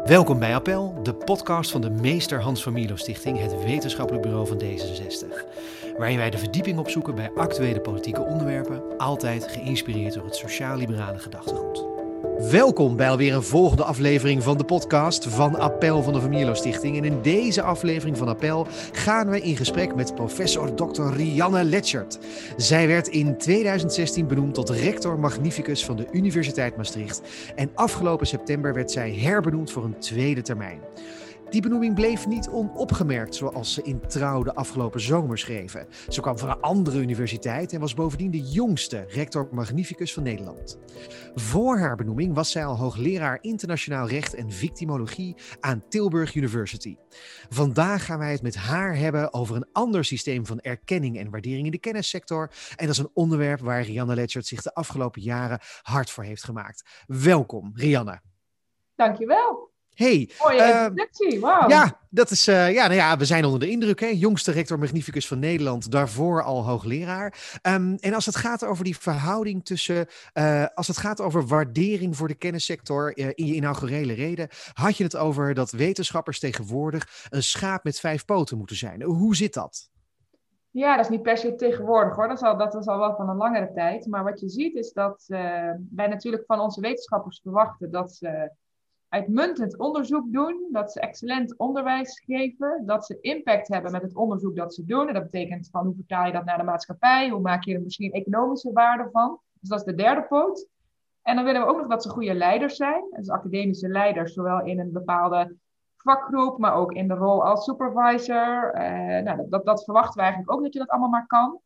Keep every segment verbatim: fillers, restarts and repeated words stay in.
Welkom bij Appel, de podcast van de Meester Hans van Mierlo Stichting, het wetenschappelijk bureau van D zesenzestig. Waarin wij de verdieping opzoeken bij actuele politieke onderwerpen, altijd geïnspireerd door het sociaal-liberale gedachtegoed. Welkom bij alweer een volgende aflevering van de podcast van Appel van de Van Mierlo Stichting. En in deze aflevering van Appel gaan we in gesprek met professor dokter Rianne Letschert. Zij werd in tweeduizend zestien benoemd tot rector magnificus van de Universiteit Maastricht. En afgelopen september werd zij herbenoemd voor een tweede termijn. Die benoeming bleef niet onopgemerkt, zoals ze in Trouw de afgelopen zomer schreven. Ze kwam van een andere universiteit en was bovendien de jongste rector magnificus van Nederland. Voor haar benoeming was zij al hoogleraar internationaal recht en victimologie aan Tilburg University. Vandaag gaan wij het met haar hebben over een ander systeem van erkenning en waardering in de kennissector. En dat is een onderwerp waar Rianne Letschert zich de afgelopen jaren hard voor heeft gemaakt. Welkom, Rianne. Dankjewel. Hey, mooie uh, introductie, wauw. Ja, dat is, uh, ja, nou ja, we zijn onder de indruk. Hè? Jongste rector magnificus van Nederland, daarvoor al hoogleraar. Um, en als het gaat over die verhouding tussen, uh, als het gaat over waardering voor de kennissector uh, in je inaugurele reden, had je het over dat wetenschappers tegenwoordig een schaap met vijf poten moeten zijn. Hoe zit dat? Ja, dat is niet per se tegenwoordig hoor. Dat is al, dat is al wel van een langere tijd. Maar wat je ziet is dat uh, wij natuurlijk van onze wetenschappers verwachten dat ze uitmuntend onderzoek doen, dat ze excellent onderwijs geven, dat ze impact hebben met het onderzoek dat ze doen. En dat betekent van hoe vertaal je dat naar de maatschappij, hoe maak je er misschien economische waarde van. Dus dat is de derde poot. En dan willen we ook nog dat ze goede leiders zijn, dus academische leiders, zowel in een bepaalde vakgroep, maar ook in de rol als supervisor. Uh, nou, dat, dat verwachten we eigenlijk ook dat je dat allemaal maar kan.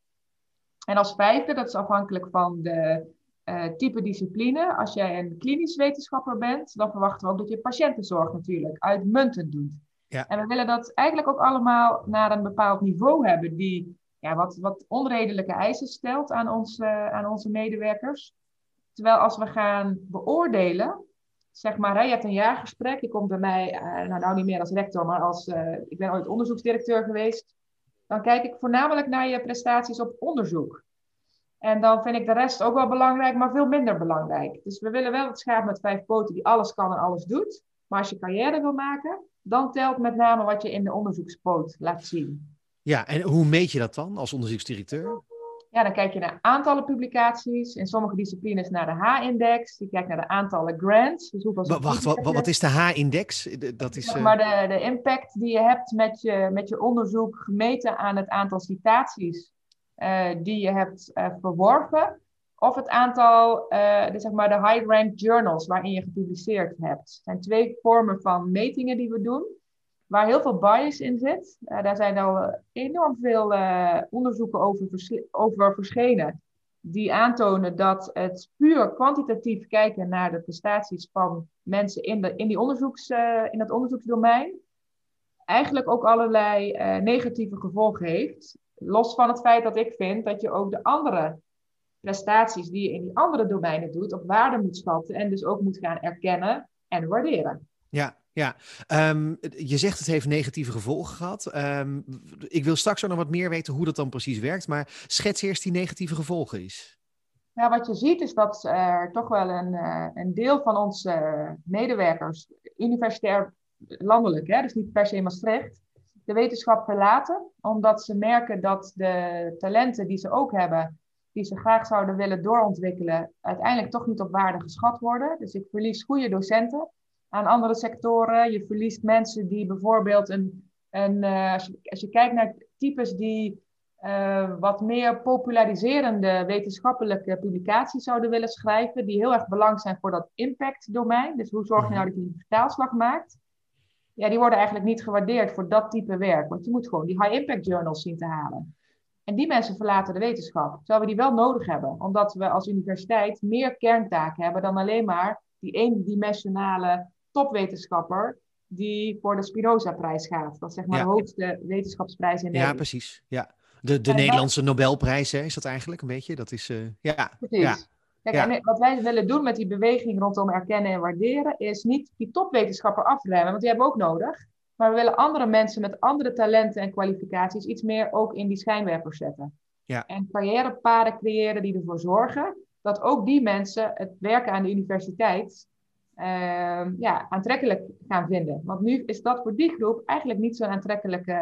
En als vijfde, dat is afhankelijk van de Uh, type discipline. Als jij een klinisch wetenschapper bent, dan verwachten we ook dat je patiëntenzorg natuurlijk uitmuntend doet. Ja. En we willen dat eigenlijk ook allemaal naar een bepaald niveau hebben, die ja, wat, wat onredelijke eisen stelt aan, ons, uh, aan onze medewerkers. Terwijl als we gaan beoordelen, zeg maar, hè, je hebt een jaargesprek, je komt bij mij, uh, nou, nou niet meer als rector, maar als, uh, ik ben ooit onderzoeksdirecteur geweest, dan kijk ik voornamelijk naar je prestaties op onderzoek. En dan vind ik de rest ook wel belangrijk, maar veel minder belangrijk. Dus we willen wel het schaap met vijf poten die alles kan en alles doet. Maar als je carrière wil maken, dan telt met name wat je in de onderzoekspoot laat zien. Ja, en hoe meet je dat dan als onderzoeksdirecteur? Ja, dan kijk je naar aantallen publicaties. In sommige disciplines naar de H-index. Je kijkt naar de aantallen grants. Dus hoeveel Wacht, wat, wat is de H-index? Dat is, uh... maar de, de impact die je hebt met je, met je onderzoek gemeten aan het aantal citaties Uh, die je hebt uh, verworven, of het aantal, uh, de, zeg maar de high-ranked journals waarin je gepubliceerd hebt. Het zijn twee vormen van metingen die we doen, waar heel veel bias in zit. Uh, daar zijn al enorm veel uh, onderzoeken over, vers- over verschenen, die aantonen dat het puur kwantitatief kijken naar de prestaties van mensen in, de, in, die onderzoeks, uh, in het onderzoeksdomein eigenlijk ook allerlei uh, negatieve gevolgen heeft. Los van het feit dat ik vind dat je ook de andere prestaties die je in die andere domeinen doet, op waarde moet schatten en dus ook moet gaan erkennen en waarderen. Ja, ja. Um, je zegt het heeft negatieve gevolgen gehad. Um, ik wil straks ook nog wat meer weten hoe dat dan precies werkt, maar schets eerst die negatieve gevolgen eens. Ja, wat je ziet is dat er uh, toch wel een, uh, een deel van onze uh, medewerkers, universitair landelijk, hè, dus niet per se Maastricht, de wetenschap verlaten, omdat ze merken dat de talenten die ze ook hebben, die ze graag zouden willen doorontwikkelen, uiteindelijk toch niet op waarde geschat worden. Dus ik verlies goede docenten aan andere sectoren. Je verliest mensen die bijvoorbeeld een, een uh, als, je, als je kijkt naar types die uh, wat meer populariserende wetenschappelijke publicaties zouden willen schrijven, die heel erg belangrijk zijn voor dat impact-domein. Dus hoe zorg je nou dat je een vertaalslag maakt? Ja, die worden eigenlijk niet gewaardeerd voor dat type werk. Want je moet gewoon die high-impact journals zien te halen. En die mensen verlaten de wetenschap. Terwijl we die wel nodig hebben. Omdat we als universiteit meer kerntaken hebben dan alleen maar die eendimensionale topwetenschapper die voor de Spinoza-prijs gaat. Dat is zeg maar ja. de hoogste wetenschapsprijs in Nederland. Ja, precies. Ja. De, de Nederlandse dat... Nobelprijs, hè, is dat eigenlijk een beetje? Dat is, uh, ja. Precies. Ja. Kijk, ja. en wat wij willen doen met die beweging rondom erkennen en waarderen, is niet die topwetenschapper afremmen, want die hebben we ook nodig. Maar we willen andere mensen met andere talenten en kwalificaties iets meer ook in die schijnwerpers zetten. Ja. En carrièrepaden creëren die ervoor zorgen dat ook die mensen het werken aan de universiteit uh, ja, aantrekkelijk gaan vinden. Want nu is dat voor die groep eigenlijk niet zo'n aantrekkelijke,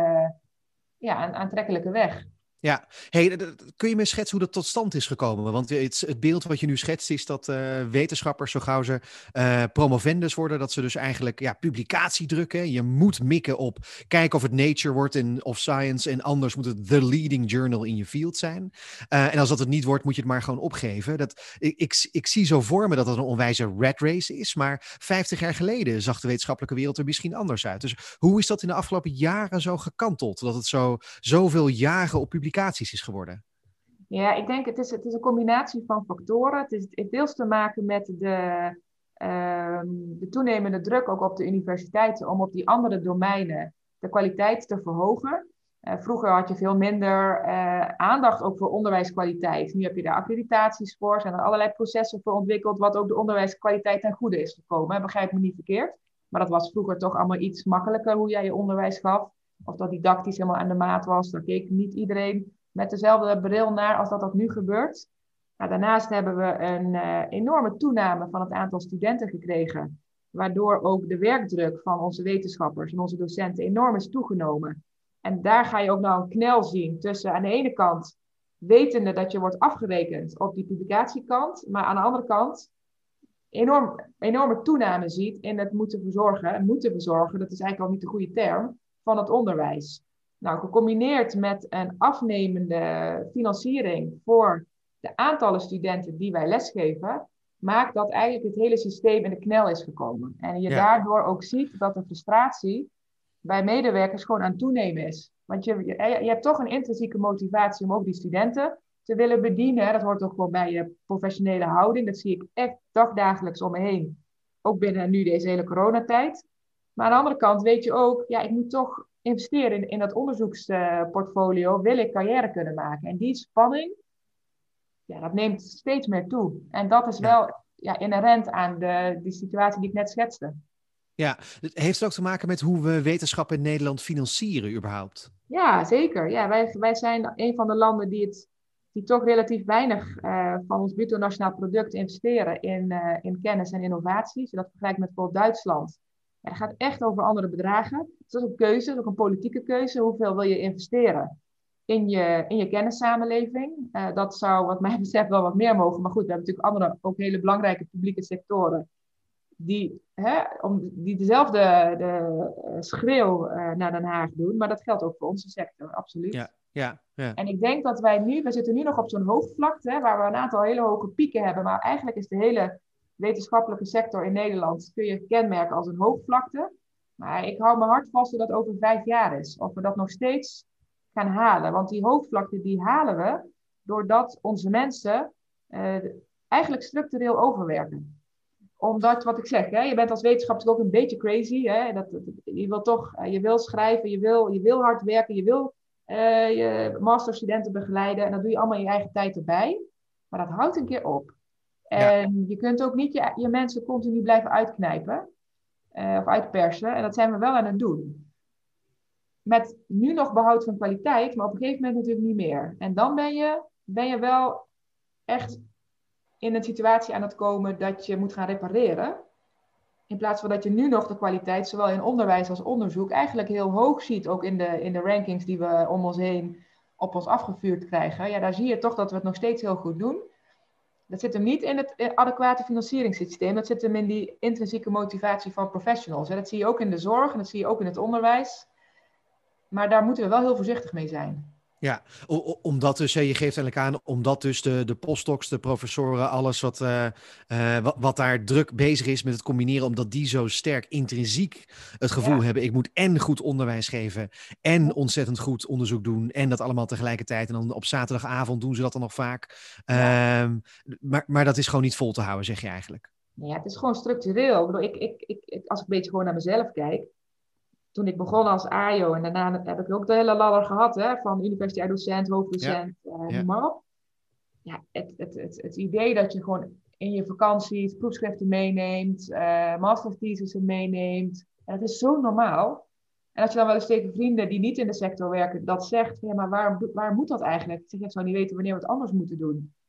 ja, een aantrekkelijke weg. Ja, hey, kun je me schetsen hoe dat tot stand is gekomen? Want het, het beeld wat je nu schetst is dat uh, wetenschappers, zo gauw ze uh, promovendus worden, dat ze dus eigenlijk ja, publicatie drukken. Je moet mikken op, kijken of het Nature wordt en, of Science en anders moet het the leading journal in je field zijn. Uh, en als dat het niet wordt, moet je het maar gewoon opgeven. Dat, ik, ik, ik zie zo voor me dat het een onwijze rat race is, maar vijftig jaar geleden zag de wetenschappelijke wereld er misschien anders uit. Dus hoe is dat in de afgelopen jaren zo gekanteld? Dat het zo zoveel jaren op publicatie is geworden? Ja, ik denk het is, het is een combinatie van factoren. Het, is, het heeft deels te maken met de, uh, de toenemende druk ook op de universiteiten om op die andere domeinen de kwaliteit te verhogen. Uh, vroeger had je veel minder uh, aandacht ook voor onderwijskwaliteit. Nu heb je daar accreditaties voor, zijn er allerlei processen voor ontwikkeld wat ook de onderwijskwaliteit ten goede is gekomen. Begrijp me niet verkeerd. Maar dat was vroeger toch allemaal iets makkelijker hoe jij je onderwijs gaf. Of dat didactisch helemaal aan de maat was. Daar keek niet iedereen met dezelfde bril naar als dat dat nu gebeurt. Nou, daarnaast hebben we een uh, enorme toename van het aantal studenten gekregen. Waardoor ook de werkdruk van onze wetenschappers en onze docenten enorm is toegenomen. En daar ga je ook nou een knel zien tussen aan de ene kant wetende dat je wordt afgerekend op die publicatiekant. Maar aan de andere kant enorm, enorme toename ziet in het moeten verzorgen. Moeten verzorgen, dat is eigenlijk al niet de goede term. Van het onderwijs. Nou, gecombineerd met een afnemende financiering voor de aantallen studenten die wij lesgeven, maakt dat eigenlijk het hele systeem in de knel is gekomen. En je ja. daardoor ook ziet dat de frustratie bij medewerkers gewoon aan het toenemen is. Want je, je, je hebt toch een intrinsieke motivatie om ook die studenten te willen bedienen. Dat hoort ook gewoon bij je professionele houding. Dat zie ik echt dagdagelijks om me heen. Ook binnen nu deze hele coronatijd. Maar aan de andere kant weet je ook, ja, ik moet toch investeren in, in dat onderzoeksportfolio, uh, wil ik carrière kunnen maken. En die spanning, ja, dat neemt steeds meer toe. En dat is wel ja. Ja, inherent aan de, die situatie die ik net schetste. Ja, heeft het ook te maken met hoe we wetenschap in Nederland financieren überhaupt? Ja, zeker. Ja, wij, wij zijn een van de landen die, het, die toch relatief weinig uh, van ons bruto nationaal product investeren in, uh, in kennis en innovatie. Als je dat vergelijkt met bijvoorbeeld Duitsland. Ja, het gaat echt over andere bedragen. Het is ook een keuze, het is ook een politieke keuze. Hoeveel wil je investeren in je, in je kennissamenleving? Uh, dat zou wat mij betreft wel wat meer mogen. Maar goed, we hebben natuurlijk andere, ook hele belangrijke publieke sectoren. Die, hè, om, die dezelfde de, uh, schreeuw uh, naar Den Haag doen. Maar dat geldt ook voor onze sector, absoluut. Ja, ja, ja. En ik denk dat wij nu, we zitten nu nog op zo'n hoogvlakte, hè, waar we een aantal hele hoge pieken hebben. Maar eigenlijk is de hele wetenschappelijke sector in Nederland kun je kenmerken als een hoogvlakte. Maar ik hou mijn hart vast dat het over vijf jaar is. Of we dat nog steeds gaan halen. Want die hoogvlakte die halen we doordat onze mensen uh, eigenlijk structureel overwerken. Omdat, wat ik zeg, hè, je bent als wetenschapper ook een beetje crazy. Hè? Dat, dat, je wil toch, uh, je wil schrijven, je wil, je wil hard werken, je wil uh, je masterstudenten begeleiden. En dat doe je allemaal in je eigen tijd erbij. Maar dat houdt een keer op. En ja. je kunt ook niet je, je mensen continu blijven uitknijpen. Uh, of uitpersen. En dat zijn we wel aan het doen. Met nu nog behoud van kwaliteit, maar op een gegeven moment natuurlijk niet meer. En dan ben je, ben je wel echt in een situatie aan het komen dat je moet gaan repareren. In plaats van dat je nu nog de kwaliteit, zowel in onderwijs als onderzoek, eigenlijk heel hoog ziet. Ook in de, in de rankings die we om ons heen op ons afgevuurd krijgen. Ja, daar zie je toch dat we het nog steeds heel goed doen. Dat zit hem niet in het adequate financieringssysteem. Dat zit hem in die intrinsieke motivatie van professionals. Dat zie je ook in de zorg en dat zie je ook in het onderwijs. Maar daar moeten we wel heel voorzichtig mee zijn. Ja, omdat dus, je geeft eigenlijk aan, omdat dus de, de postdocs, de professoren, alles wat, uh, uh, wat, wat daar druk bezig is met het combineren, omdat die zo sterk intrinsiek het gevoel ja. hebben, ik moet en goed onderwijs geven en ontzettend goed onderzoek doen en dat allemaal tegelijkertijd. En dan op zaterdagavond doen ze dat dan nog vaak. Ja. Uh, maar, maar dat is gewoon niet vol te houden, zeg je eigenlijk. Ja, het is gewoon structureel. Ik, ik, ik, ik, als ik een beetje gewoon naar mezelf kijk, toen ik begon als A I O en daarna heb ik ook de hele ladder gehad, hè, van universitair docent, hoofddocent, ja. uh, noem maar op. Ja, het, het, het, het idee dat je gewoon in je vakanties proefschriften meeneemt, uh, masterthesissen meeneemt, en dat is zo normaal. En als je dan wel eens tegen vrienden die niet in de sector werken, dat zegt, ja, maar waar, waar moet dat eigenlijk? Ik zeg, ik zou niet weten wanneer we het anders moeten doen.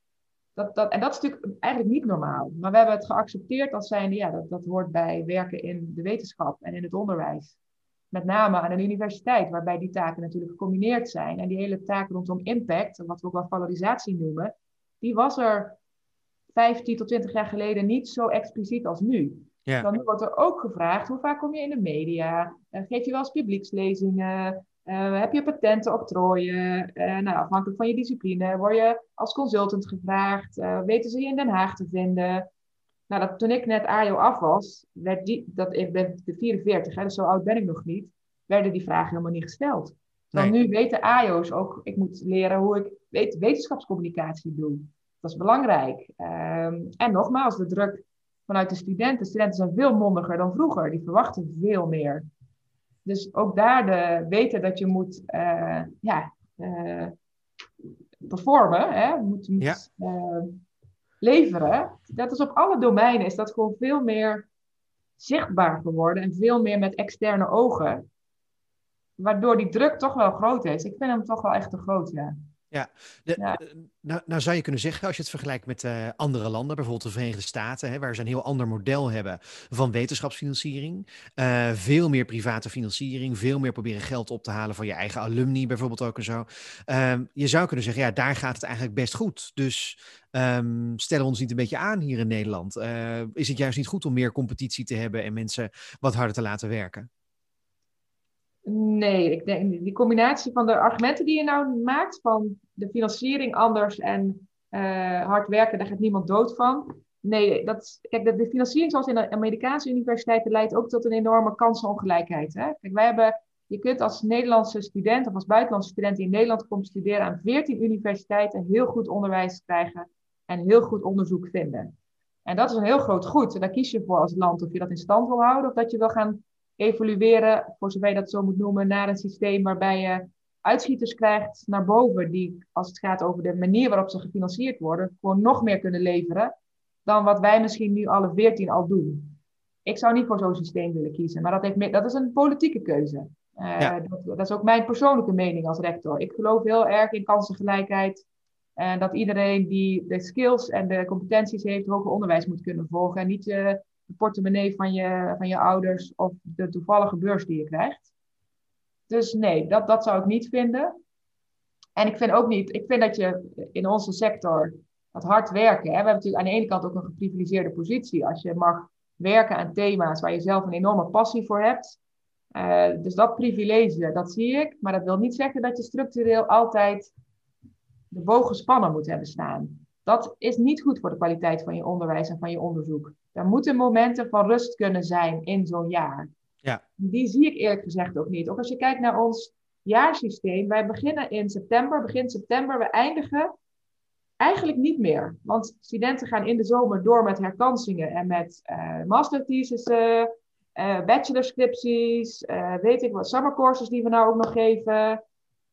Dat, dat, en dat is natuurlijk eigenlijk niet normaal. Maar we hebben het geaccepteerd als zijnde, ja, dat, dat hoort bij werken in de wetenschap en in het onderwijs. Met name aan een universiteit, waarbij die taken natuurlijk gecombineerd zijn. En die hele taak rondom impact, wat we ook wel valorisatie noemen, die was er vijftien tot twintig jaar geleden niet zo expliciet als nu. Ja. Dan wordt er ook gevraagd, hoe vaak kom je in de media? Uh, geef je wel eens publiekslezingen? Uh, heb je patenten, octrooien? Uh, nou, afhankelijk van je discipline word je als consultant gevraagd. Uh, weten ze je in Den Haag te vinden? Nou, dat, toen ik net A I O af was, werd die, dat, ik ben de vierenveertig, hè, dus zo oud ben ik nog niet, werden die vragen helemaal niet gesteld. Dan nee. Nu weten A I O's ook, ik moet leren hoe ik weet, wetenschapscommunicatie doe. Dat is belangrijk. Um, en nogmaals, de druk vanuit de studenten. Studenten zijn veel mondiger dan vroeger. Die verwachten veel meer. Dus ook daar de, weten dat je moet uh, ja, uh, performen, hè, moet, moet ja. uh, leveren. Dat is op alle domeinen is dat gewoon veel meer zichtbaar geworden en veel meer met externe ogen. Waardoor die druk toch wel groot is. Ik vind hem toch wel echt te groot, ja. Ja, de, ja. Nou, nou zou je kunnen zeggen, als je het vergelijkt met uh, andere landen, bijvoorbeeld de Verenigde Staten, hè, waar ze een heel ander model hebben van wetenschapsfinanciering, uh, veel meer private financiering, veel meer proberen geld op te halen van je eigen alumni bijvoorbeeld ook en zo. Uh, je zou kunnen zeggen, ja, daar gaat het eigenlijk best goed. Dus um, stellen we ons niet een beetje aan hier in Nederland? Uh, is het juist niet goed om meer competitie te hebben en mensen wat harder te laten werken? Nee, ik denk die combinatie van de argumenten die je nou maakt, van de financiering anders en uh, hard werken, daar gaat niemand dood van. Nee, dat, kijk, de, de financiering zoals in de Amerikaanse universiteiten leidt ook tot een enorme kansenongelijkheid. Hè? Kijk, wij hebben, je kunt als Nederlandse student of als buitenlandse student die in Nederland komt studeren aan veertien universiteiten heel goed onderwijs krijgen en heel goed onderzoek vinden. En dat is een heel groot goed. En daar kies je voor als land of je dat in stand wil houden of dat je wil gaan evolueren, voor zover je dat zo moet noemen, naar een systeem waarbij je uitschieters krijgt naar boven, die, als het gaat over de manier waarop ze gefinancierd worden, gewoon nog meer kunnen leveren dan wat wij misschien nu alle veertien al doen. Ik zou niet voor zo'n systeem willen kiezen, maar dat, heeft meer, dat is een politieke keuze. Uh, ja. dat, dat is ook mijn persoonlijke mening als rector. Ik geloof heel erg in kansengelijkheid en dat iedereen die de skills en de competenties heeft, hoger onderwijs moet kunnen volgen en niet uh, de portemonnee van je, van je ouders of de toevallige beurs die je krijgt. Dus nee, dat, dat zou ik niet vinden. En ik vind ook niet, ik vind dat je in onze sector dat hard werken, hè, we hebben natuurlijk aan de ene kant ook een geprivilegeerde positie. Als je mag werken aan thema's waar je zelf een enorme passie voor hebt. Uh, dus dat privilege, dat zie ik. Maar dat wil niet zeggen dat je structureel altijd de boog gespannen moet hebben staan. Dat is niet goed voor de kwaliteit van je onderwijs en van je onderzoek. Er moeten momenten van rust kunnen zijn in zo'n jaar. Ja. Die zie ik eerlijk gezegd ook niet. Ook als je kijkt naar ons jaarsysteem. Wij beginnen in september, begin september. We eindigen eigenlijk niet meer. Want studenten gaan in de zomer door met herkansingen en met uh, masterthesissen, uh, bachelorscripties, uh, weet ik wat, summercourses die we nou ook nog geven.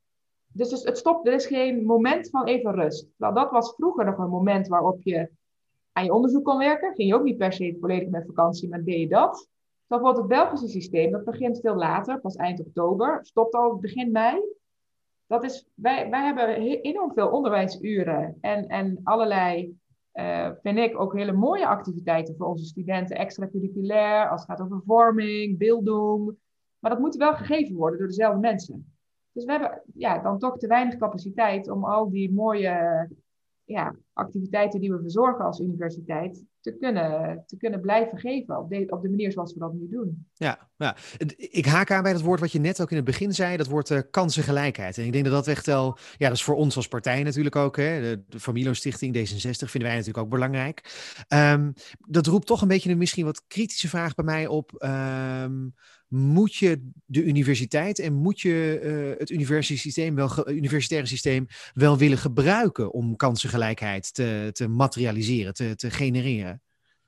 Dus, dus het stopt, er is geen moment van even rust. Nou, dat was vroeger nog een moment waarop je aan je onderzoek kon werken. Ging je ook niet per se volledig met vakantie, maar deed je dat. Zo wordt het Belgische systeem, dat begint veel later, pas eind oktober, stopt al begin mei. Dat is, wij, wij hebben enorm veel onderwijsuren en, en allerlei, uh, vind ik, ook hele mooie activiteiten voor onze studenten, extracurriculair, als het gaat over vorming, beelddoen. Maar dat moet wel gegeven worden door dezelfde mensen. Dus we hebben ja, dan toch te weinig capaciteit om al die mooie ja, activiteiten die we verzorgen als universiteit te kunnen, te kunnen blijven geven op de, op de manier zoals we dat nu doen. Ja, ja, ik haak aan bij dat woord wat je net ook in het begin zei, dat woord uh, kansengelijkheid. En ik denk dat dat echt wel, ja, dat is voor ons als partij natuurlijk ook, hè, de, de Familo Stichting D zesenzestig vinden wij natuurlijk ook belangrijk. Um, dat roept toch een beetje een misschien wat kritische vraag bij mij op. Um, moet je de universiteit en moet je uh, het universiteitssysteem wel ge, universitaire systeem wel willen gebruiken om kansengelijkheid te, te materialiseren, te, te genereren?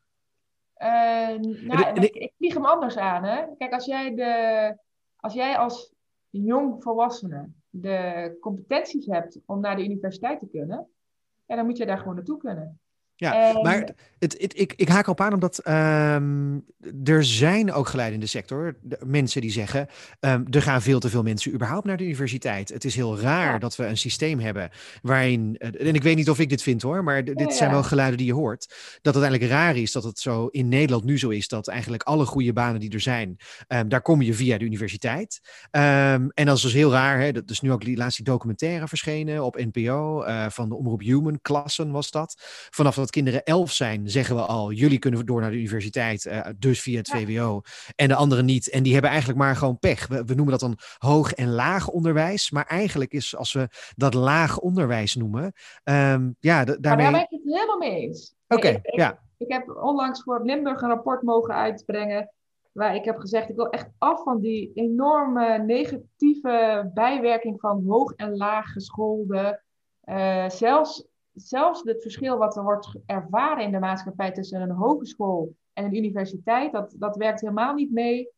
Uh, nou, de, de, ik, ik vlieg hem anders aan. Hè? Kijk, als jij, de, als jij als jong volwassene de competenties hebt om naar de universiteit te kunnen, ja, dan moet je daar gewoon naartoe kunnen. Ja, maar En het, het, ik, ik haak op aan omdat um, er zijn ook geleidende sector de, mensen die zeggen, um, er gaan veel te veel mensen überhaupt naar de universiteit. Het is heel raar ja, dat we een systeem hebben waarin, uh, en ik weet niet of ik dit vind hoor, maar d- ja, dit zijn wel ja. geluiden die je hoort, dat het eigenlijk raar is dat het zo in Nederland nu zo is dat eigenlijk alle goede banen die er zijn, um, daar kom je via de universiteit. Um, en dat is dus heel raar, hè? Dat is nu ook die laatste documentaire verschenen op N P O uh, van de Omroep Human, Klassen was dat. Vanaf dat kinderen elf zijn, zeggen we al, jullie kunnen door naar de universiteit, uh, dus via het Ja. V W O. En de anderen niet. En die hebben eigenlijk maar gewoon pech. We, we noemen dat dan hoog en laag onderwijs. Maar eigenlijk is, als we dat laag onderwijs noemen, um, ja, d- Maar daar ben daarmee... ik het helemaal mee eens. Oké, Nee, okay, ik, ik, ja. ik heb onlangs voor Limburg een rapport mogen uitbrengen. Waar ik heb gezegd, ik wil echt af van die enorme negatieve bijwerking van hoog en laag geschoolde. Uh, zelfs, zelfs het verschil wat er wordt ervaren in de maatschappij tussen een hogeschool en een universiteit, dat, dat werkt helemaal niet mee.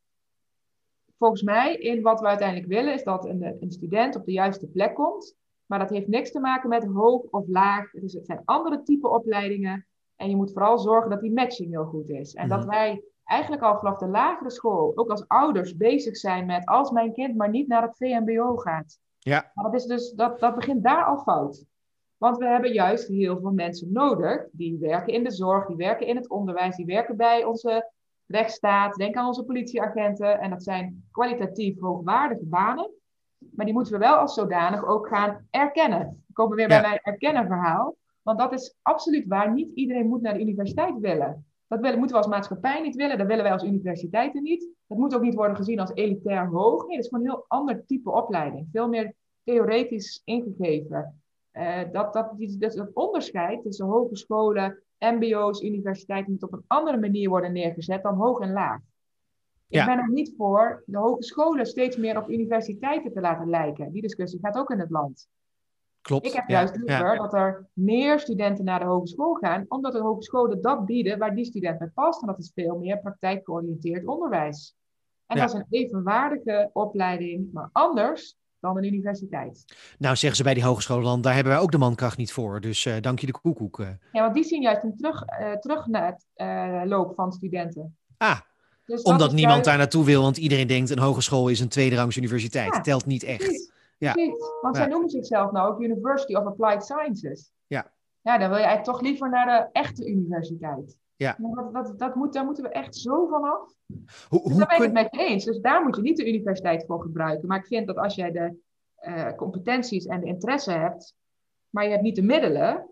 Volgens mij, in wat we uiteindelijk willen, is dat een, een student op de juiste plek komt. Maar dat heeft niks te maken met hoog of laag. Dus het zijn andere type opleidingen. En je moet vooral zorgen dat die matching heel goed is. En Mm-hmm. dat wij eigenlijk al vanaf de lagere school, ook als ouders, bezig zijn met als mijn kind maar niet naar het V M B O gaat. Ja. Maar dat, is dus, dat, dat begint daar al fout. Want we hebben juist heel veel mensen nodig die werken in de zorg, die werken in het onderwijs, die werken bij onze rechtsstaat. Denk aan onze politieagenten. En dat zijn kwalitatief hoogwaardige banen. Maar die moeten we wel als zodanig ook gaan erkennen. Dan komen we weer Ja. bij mijn erkennen verhaal. Want dat is absoluut waar. Niet iedereen moet naar de universiteit willen. Dat willen, moeten we als maatschappij niet willen. Dat willen wij als universiteiten niet. Dat moet ook niet worden gezien als elitair hoog. Nee, dat is gewoon een heel ander type opleiding. Veel meer theoretisch ingegeven. Uh, dat, dat, die, dat, dat onderscheid tussen hogescholen, M B O's, universiteiten moet op een andere manier worden neergezet dan hoog en laag. Ik Ja. ben er niet voor de hogescholen steeds meer op universiteiten te laten lijken. Die discussie gaat ook in het land. Klopt. Ik heb ja. juist liever ja. dat er meer studenten naar de hogeschool gaan, omdat de hogescholen dat bieden waar die student bij past. En dat is veel meer praktijkgeoriënteerd onderwijs. En Ja. dat is een evenwaardige opleiding, maar anders dan een universiteit. Nou, zeggen ze bij die hogescholen dan, daar hebben wij ook de mankracht niet voor. Dus uh, dank je de koekoek. Uh. Ja, want die zien juist een terug, uh, terug naar het uh, loop van studenten. Ah, dus omdat niemand juist... daar naartoe wil, want iedereen denkt een hogeschool is een tweederangs universiteit. Ja, telt niet echt. Precies, ja. precies. Want ja. zij noemen zichzelf nou ook University of Applied Sciences. Ja. Ja, dan wil je eigenlijk toch liever naar de echte universiteit. Ja. Dat, dat, dat moet, daar moeten we echt zo van af. Hoe, dus hoe daar ben ik kun... het met je eens. Dus daar moet je niet de universiteit voor gebruiken. Maar ik vind dat als jij de uh, competenties en de interesse hebt, maar je hebt niet de middelen,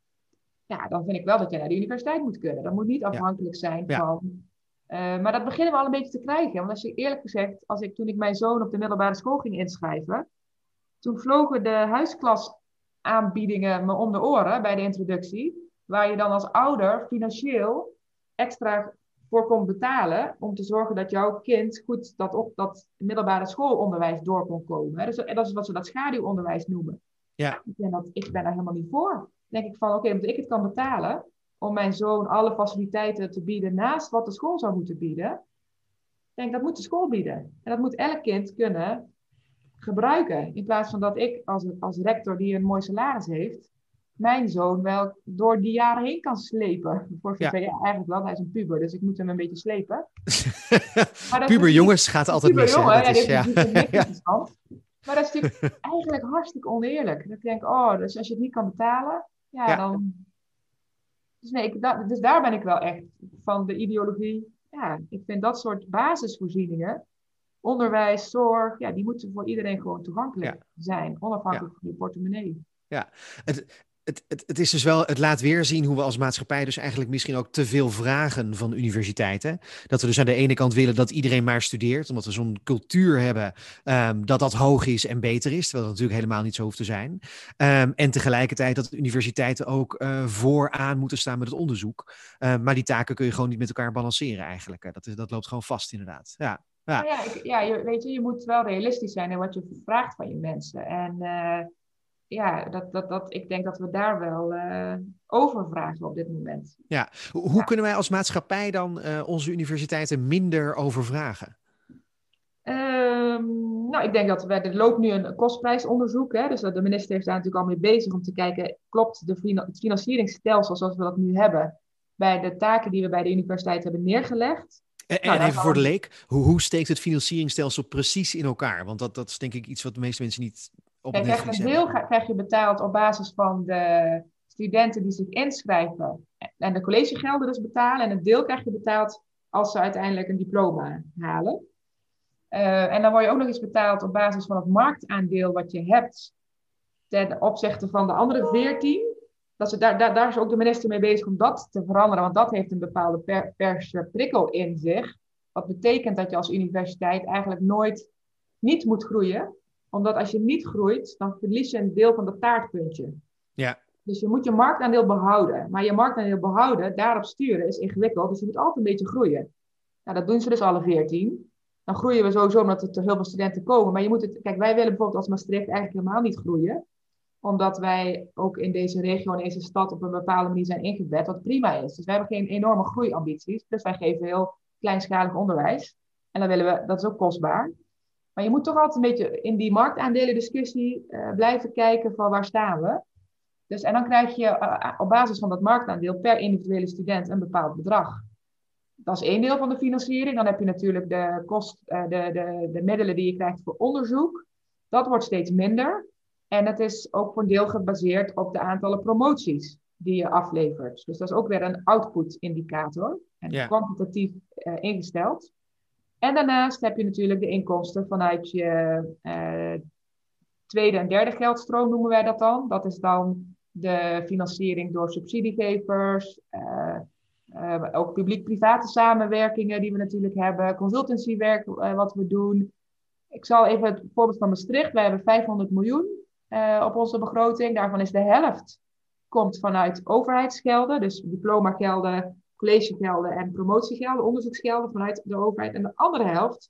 ja, dan vind ik wel dat je naar de universiteit moet kunnen. Dat moet niet afhankelijk zijn ja. van... Uh, maar dat beginnen we al een beetje te krijgen. Want als je eerlijk gezegd, als ik, toen ik mijn zoon op de middelbare school ging inschrijven, toen vlogen de huisklasaanbiedingen me om de oren bij de introductie, waar je dan als ouder financieel extra voor kon betalen om te zorgen dat jouw kind goed dat op dat middelbare schoolonderwijs door kon komen. Dus, en dat is wat ze dat schaduwonderwijs noemen. Ja. Ik ben, dat, ik ben daar helemaal niet voor. Dan denk ik van, oké, okay, omdat ik het kan betalen om mijn zoon alle faciliteiten te bieden naast wat de school zou moeten bieden. Ik denk, dat moet de school bieden. En dat moet elk kind kunnen gebruiken. In plaats van dat ik als, als rector die een mooi salaris heeft, mijn zoon wel door die jaren heen kan slepen. Voor ja. ja, eigenlijk wel, hij is een puber, dus ik moet hem een beetje slepen. Puber jongens gaat altijd mis. Jongen, dat ja, is, ja. ja. Maar dat is natuurlijk eigenlijk hartstikke oneerlijk. Dat ik denk, oh, dus als je het niet kan betalen, ja, ja. dan... Dus, nee, ik, da- dus daar ben ik wel echt van de ideologie. Ja, ik vind dat soort basisvoorzieningen, onderwijs, zorg, ja, die moeten voor iedereen gewoon toegankelijk ja. zijn, onafhankelijk ja. van je portemonnee. Ja, het, het, het, het is dus wel, het laat weer zien hoe we als maatschappij dus eigenlijk misschien ook te veel vragen van universiteiten. Dat we dus aan de ene kant willen dat iedereen maar studeert, omdat we zo'n cultuur hebben um, dat dat hoog is en beter is, terwijl dat natuurlijk helemaal niet zo hoeft te zijn. Um, en tegelijkertijd dat universiteiten ook uh, vooraan moeten staan met het onderzoek. Uh, maar die taken kun je gewoon niet met elkaar balanceren eigenlijk. Dat, is, dat loopt gewoon vast inderdaad. Ja. Ja, nou ja, ik, ja je, weet je, je moet wel realistisch zijn in wat je vraagt van je mensen. En uh, ja, dat, dat, dat, ik denk dat we daar wel uh, over vragen op dit moment. Ja, hoe ja. kunnen wij als maatschappij dan uh, onze universiteiten minder overvragen? Uh, Um, nou, ik denk dat we, er loopt nu een kostprijsonderzoek. Hè, dus de minister is daar natuurlijk al mee bezig om te kijken, klopt de, het financieringsstelsel zoals we dat nu hebben, bij de taken die we bij de universiteit hebben neergelegd. En, nou, en even voor de leek, hoe, hoe steekt het financieringsstelsel precies in elkaar? Want dat, dat is denk ik iets wat de meeste mensen niet op het netvlies hebben. Een deel krijg je betaald op basis van de studenten die zich inschrijven en de collegegelden dus betalen. En een deel krijg je betaald als ze uiteindelijk een diploma halen. Uh, en dan word je ook nog eens betaald op basis van het marktaandeel wat je hebt ten opzichte van de andere veertien. Dat is, daar, daar, daar is ook de minister mee bezig om dat te veranderen, want dat heeft een bepaalde per, persprikkel in zich. Wat betekent dat je als universiteit eigenlijk nooit niet moet groeien. Omdat als je niet groeit, dan verlies je een deel van dat taartpuntje. Ja. Dus je moet je marktaandeel behouden. Maar je marktaandeel behouden, daarop sturen is ingewikkeld. Dus je moet altijd een beetje groeien. Nou, dat doen ze dus alle veertien. Dan groeien we sowieso omdat er te heel veel studenten komen. Maar je moet het, kijk, wij willen bijvoorbeeld als Maastricht eigenlijk helemaal niet groeien. Omdat wij ook in deze regio, in deze stad op een bepaalde manier zijn ingebed. Wat prima is. Dus wij hebben geen enorme groeiambities. Dus wij geven heel kleinschalig onderwijs. En dan willen we, dat is ook kostbaar. Maar je moet toch altijd een beetje in die marktaandelen discussie uh, blijven kijken van waar staan we. Dus, en dan krijg je uh, op basis van dat marktaandeel per individuele student een bepaald bedrag. Dat is één deel van de financiering. Dan heb je natuurlijk de, kost, uh, de, de, de middelen die je krijgt voor onderzoek. Dat wordt steeds minder. En het is ook voor een deel gebaseerd op de aantallen promoties die je aflevert. Dus dat is ook weer een output-indicator. En ja. kwantitatief uh, ingesteld. En daarnaast heb je natuurlijk de inkomsten vanuit je uh, tweede en derde geldstroom, noemen wij dat dan. Dat is dan de financiering door subsidiegevers, uh, uh, ook publiek-private samenwerkingen die we natuurlijk hebben, consultancywerk uh, wat we doen. Ik zal even het voorbeeld van Maastricht. Wij hebben vijfhonderd miljoen uh, op onze begroting. Daarvan is de helft komt vanuit overheidsgelden, dus diplomagelden, collegegelden en promotiegelden, onderzoeksgelden vanuit de overheid. En de andere helft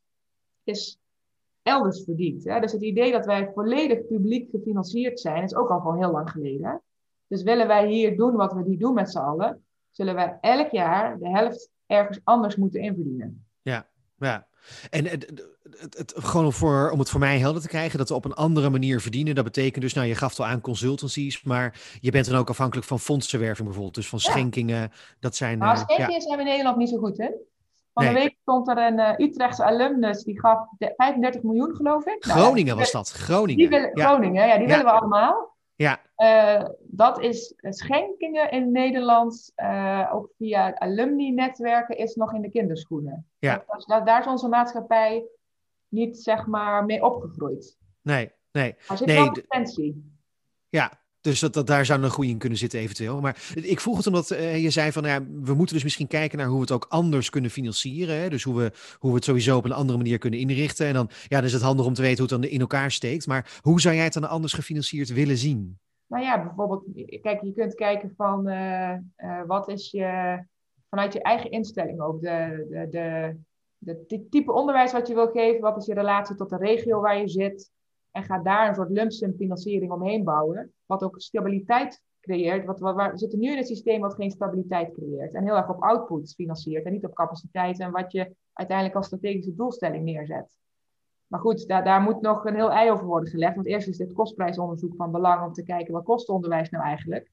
is elders verdiend. Hè? Dus het idee dat wij volledig publiek gefinancierd zijn, is ook al van heel lang geleden. Dus willen wij hier doen wat we hier doen met z'n allen, zullen wij elk jaar de helft ergens anders moeten inverdienen. Ja, ja. En het, het, het, gewoon voor, om het voor mij helder te krijgen, dat we op een andere manier verdienen. Dat betekent dus, nou je gaf het al aan consultancies, maar je bent dan ook afhankelijk van fondsenwerving bijvoorbeeld. Dus van ja. schenkingen, dat zijn... Nou, schenkingen ja. zijn we in Nederland niet zo goed, hè? Van nee. de week stond er een uh, Utrechtse alumnus, die gaf vijfendertig miljoen, geloof ik. Groningen nou, was dat, Groningen. Die willen, ja. Groningen, ja, die ja. willen we allemaal. Ja. Uh, dat is schenkingen in Nederland, uh, ook via alumni-netwerken, is nog in de kinderschoenen. Ja. Dat, dat, daar is onze maatschappij niet, zeg maar, mee opgegroeid. Nee, nee. Maar zit nee, wel potentie. Ja, dus dat, dat, daar zou een groei in kunnen zitten eventueel. Maar ik vroeg het omdat uh, je zei van, ja, we moeten dus misschien kijken naar hoe we het ook anders kunnen financieren. Hè? Dus hoe we, hoe we het sowieso op een andere manier kunnen inrichten. En dan, ja, dan is het handig om te weten hoe het dan in elkaar steekt. Maar hoe zou jij het dan anders gefinancierd willen zien? Nou ja, bijvoorbeeld, kijk, je kunt kijken van uh, uh, wat is je, vanuit je eigen instelling ook, de, de, de, de, de type onderwijs wat je wil geven, wat is je relatie tot de regio waar je zit. En ga daar een soort lump sum financiering omheen bouwen, wat ook stabiliteit creëert. Wat, wat, we zitten nu in een systeem wat geen stabiliteit creëert en heel erg op output financiert en niet op capaciteit en wat je uiteindelijk als strategische doelstelling neerzet. Maar goed, daar, daar moet nog een heel ei over worden gelegd. Want eerst is dit kostprijsonderzoek van belang om te kijken wat kost onderwijs nou eigenlijk.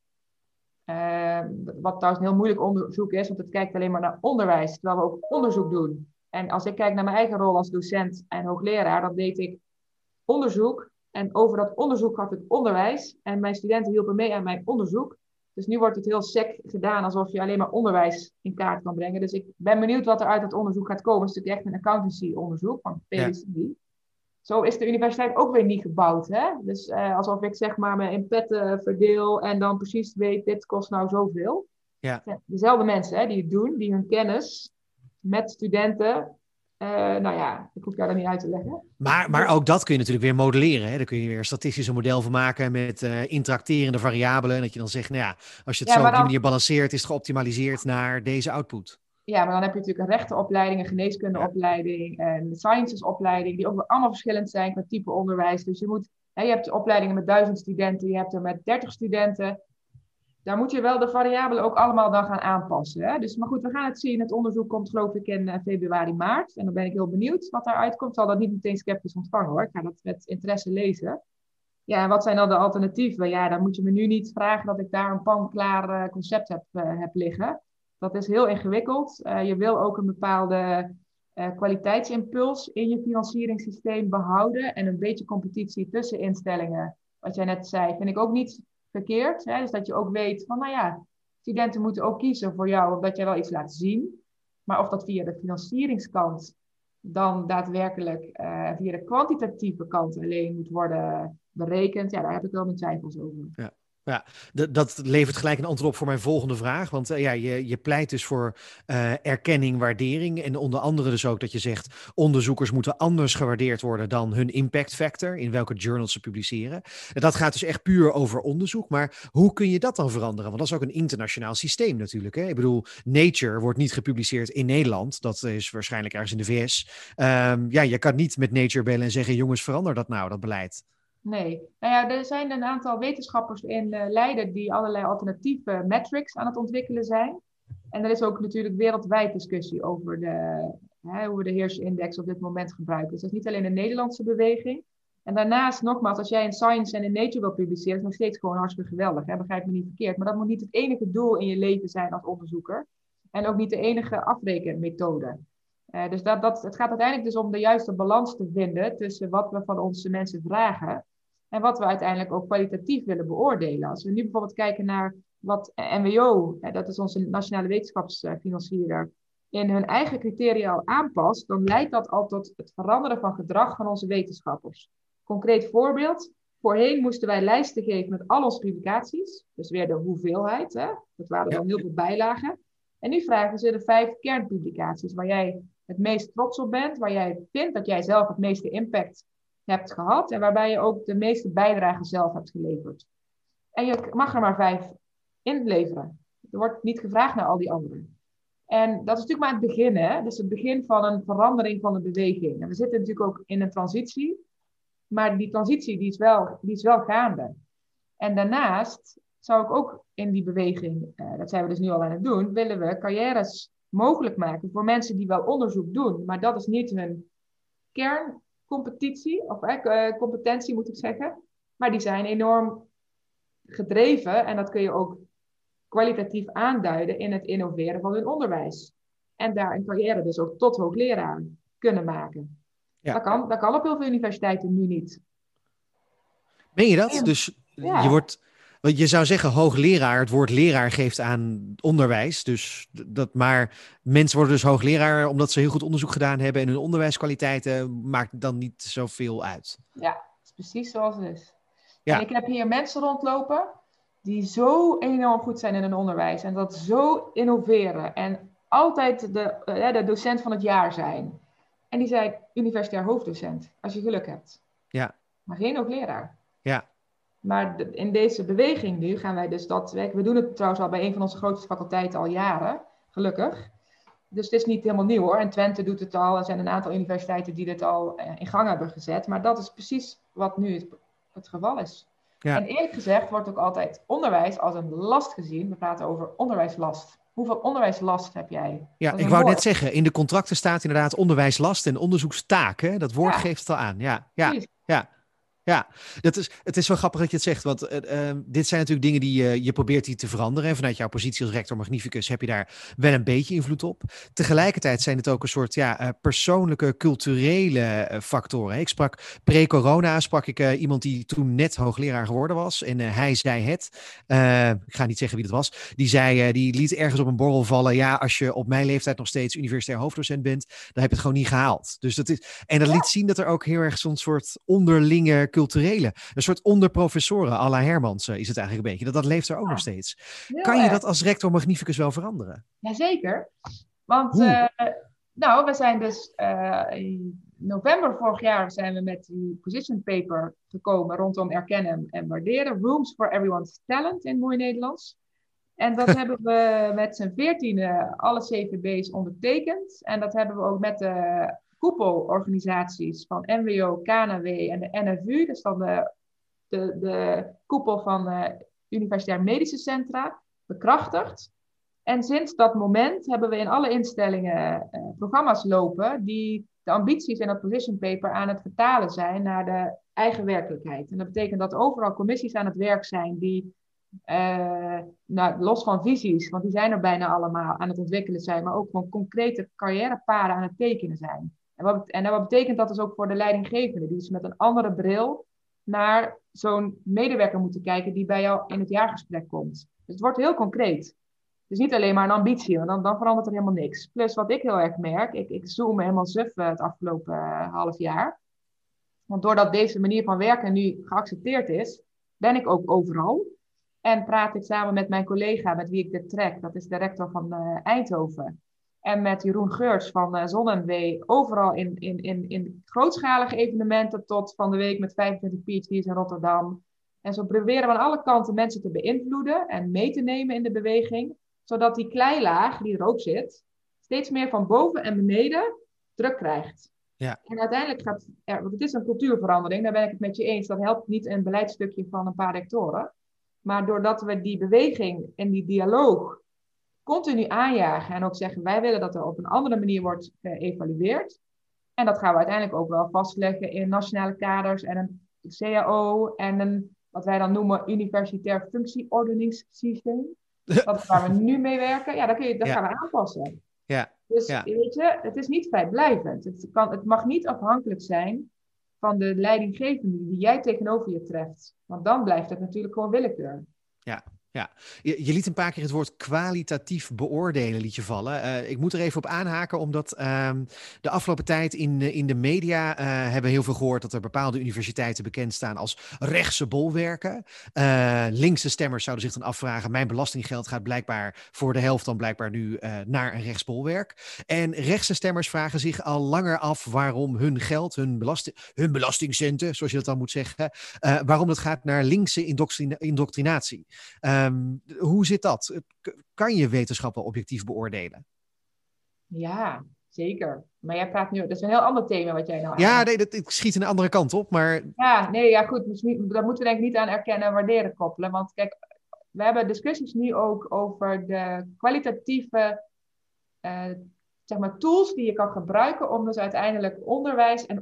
Uh, wat trouwens een heel moeilijk onderzoek is, want het kijkt alleen maar naar onderwijs, terwijl we ook onderzoek doen. En als ik kijk naar mijn eigen rol als docent en hoogleraar, dan deed ik onderzoek. En over dat onderzoek gaf ik onderwijs. En mijn studenten hielpen mee aan mijn onderzoek. Dus nu wordt het heel sec gedaan, alsof je alleen maar onderwijs in kaart kan brengen. Dus ik ben benieuwd wat er uit het onderzoek gaat komen. Het is natuurlijk echt een accountancy-onderzoek van P W C. Ja. Zo is de universiteit ook weer niet gebouwd. Hè? Dus uh, alsof ik zeg maar me in petten verdeel en dan precies weet, dit kost nou zoveel. Ja. Dezelfde mensen hè, die het doen, die hun kennis met studenten... Uh, nou ja, ik hoef jou dat niet uit te leggen. Maar, maar ook dat kun je natuurlijk weer modelleren. Hè? Daar kun je weer een statistisch model van maken met uh, interacterende variabelen. En dat je dan zegt, nou ja, als je het ja, zo op die dan... manier balanceert, is het geoptimaliseerd naar deze output. Ja, maar dan heb je natuurlijk een rechtenopleiding, een geneeskundeopleiding, ja. een sciencesopleiding, die ook weer allemaal verschillend zijn qua type onderwijs. Dus je moet, hè, je hebt opleidingen met duizend studenten, je hebt er met dertig studenten. daar moet je wel de variabelen ook allemaal dan gaan aanpassen. Hè? Dus, maar goed, we gaan het zien. Het onderzoek komt geloof ik in uh, februari, maart. En dan ben ik heel benieuwd wat daaruit komt. Ik zal dat niet meteen sceptisch ontvangen hoor. Ik ga dat met interesse lezen. Ja, en wat zijn dan de alternatieven? Ja, dan moet je me nu niet vragen dat ik daar een pan-klaar uh, concept heb, uh, heb liggen. Dat is heel ingewikkeld. Uh, je wil ook een bepaalde uh, kwaliteitsimpuls in je financieringssysteem behouden. En een beetje competitie tussen instellingen. Wat jij net zei, vind ik ook niet verkeerd. Hè? Dus dat je ook weet van, nou ja, studenten moeten ook kiezen voor jou, omdat jij wel iets laat zien. Maar of dat via de financieringskant dan daadwerkelijk uh, via de kwantitatieve kant alleen moet worden berekend, ja, daar heb ik wel mijn twijfels over. Ja. Ja, d- dat levert gelijk een antwoord op voor mijn volgende vraag. Want uh, ja, je, je pleit dus voor uh, erkenning, waardering. En onder andere dus ook dat je zegt, onderzoekers moeten anders gewaardeerd worden dan hun impact factor, in welke journals ze publiceren. En dat gaat dus echt puur over onderzoek. Maar hoe kun je dat dan veranderen? Want dat is ook een internationaal systeem natuurlijk. Hè? Ik bedoel, Nature wordt niet gepubliceerd in Nederland. Dat is waarschijnlijk ergens in de V S. Um, ja, je kan niet met Nature bellen en zeggen, jongens, verander dat nou, dat beleid. Nee. Nou ja, er zijn een aantal wetenschappers in uh, Leiden die allerlei alternatieve metrics aan het ontwikkelen zijn. En er is ook natuurlijk wereldwijd discussie over de, hè, hoe we de Hirsch-index op dit moment gebruiken. Dus dat is niet alleen een Nederlandse beweging. En daarnaast, nogmaals, als jij in Science en in Nature wil publiceren, is het nog steeds gewoon hartstikke geweldig. Hè? Begrijp me niet verkeerd. Maar dat moet niet het enige doel in je leven zijn als onderzoeker. En ook niet de enige afrekenmethode. Uh, dus dat, dat, het gaat uiteindelijk dus om de juiste balans te vinden tussen wat we van onze mensen vragen en wat we uiteindelijk ook kwalitatief willen beoordelen. Als we nu bijvoorbeeld kijken naar wat N W O, hè, dat is onze nationale wetenschapsfinancier, in hun eigen criteria al aanpast, dan leidt dat al tot het veranderen van gedrag van onze wetenschappers. Concreet voorbeeld, voorheen moesten wij lijsten geven met al onze publicaties, dus weer de hoeveelheid, hè? Dat waren dan heel veel bijlagen. En nu vragen ze de vijf kernpublicaties waar jij het meest trots op bent, waar jij vindt dat jij zelf het meeste impact hebt gehad en waarbij je ook de meeste bijdrage zelf hebt geleverd. En je mag er maar vijf inleveren. Er wordt niet gevraagd naar al die anderen. En dat is natuurlijk maar het begin, hè? Dus het begin van een verandering van de beweging. En we zitten natuurlijk ook in een transitie, maar die transitie die is wel, die is wel gaande. En daarnaast zou ik ook in die beweging, uh, dat zijn we dus nu al aan het doen, willen we carrières mogelijk maken voor mensen die wel onderzoek doen, maar dat is niet hun kerncompetitie, of uh, competentie moet ik zeggen, maar die zijn enorm gedreven en dat kun je ook kwalitatief aanduiden in het innoveren van hun onderwijs. En daar een carrière dus ook tot hoogleraar kunnen maken. Ja. Dat kan, dat kan op heel veel universiteiten nu niet. Meen je dat? En, dus ja. je wordt... Want je zou zeggen hoogleraar, het woord leraar geeft aan onderwijs. Dus dat, maar mensen worden dus hoogleraar omdat ze heel goed onderzoek gedaan hebben en hun onderwijskwaliteiten maakt dan niet zoveel uit. Ja, dat is precies zoals het is. Ja. En ik heb hier mensen rondlopen die zo enorm goed zijn in hun onderwijs en dat zo innoveren en altijd de, de docent van het jaar zijn. En die zijn universitair hoofddocent, als je geluk hebt. Ja. Maar geen hoogleraar. Ja. Maar de, in deze beweging nu gaan wij dus dat werken. We doen het trouwens al bij een van onze grootste faculteiten al jaren, gelukkig. Dus het is niet helemaal nieuw hoor. En Twente doet het al. Er zijn een aantal universiteiten die dit al eh, in gang hebben gezet. Maar dat is precies wat nu het, het geval is. Ja. En eerlijk gezegd wordt ook altijd onderwijs als een last gezien. We praten over onderwijslast. Hoeveel onderwijslast heb jij? Ja, ik wou woord. net zeggen, in de contracten staat inderdaad onderwijslast en onderzoekstaak. Hè? Dat woord ja. geeft het al aan. Ja, ja, ja. Ja, dat is, het is wel grappig dat je het zegt, want uh, uh, dit zijn natuurlijk dingen die uh, je probeert die te veranderen. En vanuit jouw positie als rector magnificus heb je daar wel een beetje invloed op. Tegelijkertijd zijn het ook een soort ja, uh, persoonlijke, culturele uh, factoren. Ik sprak pre-corona, sprak ik uh, iemand die toen net hoogleraar geworden was. En uh, hij zei het, uh, ik ga niet zeggen wie dat was, die zei, uh, die liet ergens op een borrel vallen. Ja, als je op mijn leeftijd nog steeds universitair hoofddocent bent, dan heb je het gewoon niet gehaald. Dus dat is, en dat liet zien dat er ook heel erg zo'n soort onderlinge culturele, een soort onderprofessoren à la Hermans is het eigenlijk een beetje. Dat, dat leeft er ook ja. nog steeds. Heel kan je erg. Dat als rector magnificus wel veranderen? Jazeker. Want uh, nou, we zijn dus uh, in november vorig jaar zijn we met die position paper gekomen rondom erkennen en waarderen. Rooms for Everyone's Talent in mooi Nederlands. En dat hebben we met z'n veertienen alle C V B's ondertekend. En dat hebben we ook met de koepelorganisaties van N W O, K N W en de N F U. Dat is dan de, de, de koepel van uh, universitair medische centra bekrachtigd. En sinds dat moment hebben we in alle instellingen uh, programma's lopen die de ambities in dat position paper aan het vertalen zijn naar de eigen werkelijkheid. En dat betekent dat overal commissies aan het werk zijn die, uh, nou, los van visies, want die zijn er bijna allemaal aan het ontwikkelen zijn, maar ook gewoon concrete carrièrepaden aan het tekenen zijn. En wat, en wat betekent dat dus ook voor de leidinggevende, die dus met een andere bril naar zo'n medewerker moeten kijken die bij jou in het jaargesprek komt. Dus het wordt heel concreet. Dus niet alleen maar een ambitie, want dan, dan verandert er helemaal niks. Plus wat ik heel erg merk, ik, ik zoom helemaal suf het afgelopen uh, half jaar. Want doordat deze manier van werken nu geaccepteerd is, ben ik ook overal. En praat ik samen met mijn collega met wie ik dit trek, dat is de rector van uh, Eindhoven. En met Jeroen Geurts van uh, ZonMW, overal in, in, in, in grootschalige evenementen tot van de week met vijfentwintig P H D's in Rotterdam. En zo proberen we aan alle kanten mensen te beïnvloeden en mee te nemen in de beweging, zodat die kleilaag die er ook zit, steeds meer van boven en beneden druk krijgt. Ja. En uiteindelijk gaat, ja, want het is een cultuurverandering, daar ben ik het met je eens, dat helpt niet een beleidstukje van een paar rectoren. Maar doordat we die beweging en die dialoog continu aanjagen en ook zeggen, wij willen dat er op een andere manier wordt geëvalueerd. En dat gaan we uiteindelijk ook wel vastleggen in nationale kaders en een C A O en een, wat wij dan noemen, universitair functieordeningssysteem. Dat is waar we nu mee werken. Ja, dat, kun je, dat ja. gaan we aanpassen. Ja. Dus ja. weet je, het is niet vrijblijvend. Het, kan, het mag niet afhankelijk zijn van de leidinggevende die jij tegenover je treft. Want dan blijft het natuurlijk gewoon willekeur. Ja. Ja, je, je liet een paar keer het woord kwalitatief beoordelen liet je vallen. Uh, ik moet er even op aanhaken, omdat uh, de afgelopen tijd in, in de media uh, hebben we heel veel gehoord dat er bepaalde universiteiten bekend staan als rechtse bolwerken. Uh, linkse stemmers zouden zich dan afvragen, mijn belastinggeld gaat blijkbaar voor de helft dan blijkbaar nu uh, naar een rechtsbolwerk. En rechtse stemmers vragen zich al langer af waarom hun geld, hun, belasting, hun belastingcenten, zoals je dat dan moet zeggen, uh, waarom dat gaat naar linkse indoctrina- indoctrinatie. Uh, Um, hoe zit dat? Kan je wetenschap wel objectief beoordelen? Ja, zeker. Maar jij praat nu... Dat is een heel ander thema wat jij nou Ja, aanhaalt. nee, dat, ik schiet een andere kant op, maar... Ja, nee, ja goed. Dus niet, dat moeten we denk ik niet aan erkennen en waarderen koppelen. Want kijk, we hebben discussies nu ook over de kwalitatieve uh, zeg maar tools die je kan gebruiken om dus uiteindelijk onderwijs en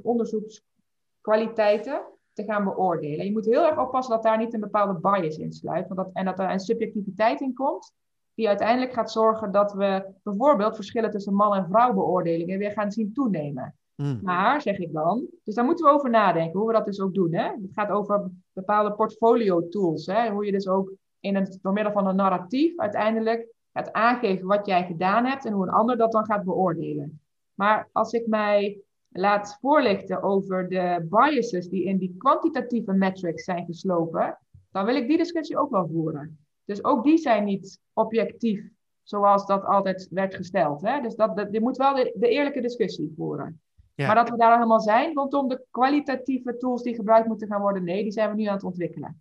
onderzoekskwaliteiten te gaan beoordelen. Je moet heel erg oppassen dat daar niet een bepaalde bias in sluit. Want dat, en dat er een subjectiviteit in komt, die uiteindelijk gaat zorgen dat we bijvoorbeeld verschillen tussen man- en vrouwbeoordelingen weer gaan zien toenemen. Mm. Maar, zeg ik dan, dus daar moeten we over nadenken, hoe we dat dus ook doen. Hè? Het gaat over bepaalde portfolio tools. Hè? Hoe je dus ook in een, door middel van een narratief uiteindelijk gaat aangeven wat jij gedaan hebt en hoe een ander dat dan gaat beoordelen. Maar als ik mij laat voorlichten over de biases die in die kwantitatieve metrics zijn geslopen, dan wil ik die discussie ook wel voeren. Dus ook die zijn niet objectief, zoals dat altijd werd gesteld. Hè? Dus dat, dat, je moet wel de, de eerlijke discussie voeren. Ja. Maar dat we daar helemaal zijn rondom de kwalitatieve tools die gebruikt moeten gaan worden, nee, die zijn we nu aan het ontwikkelen.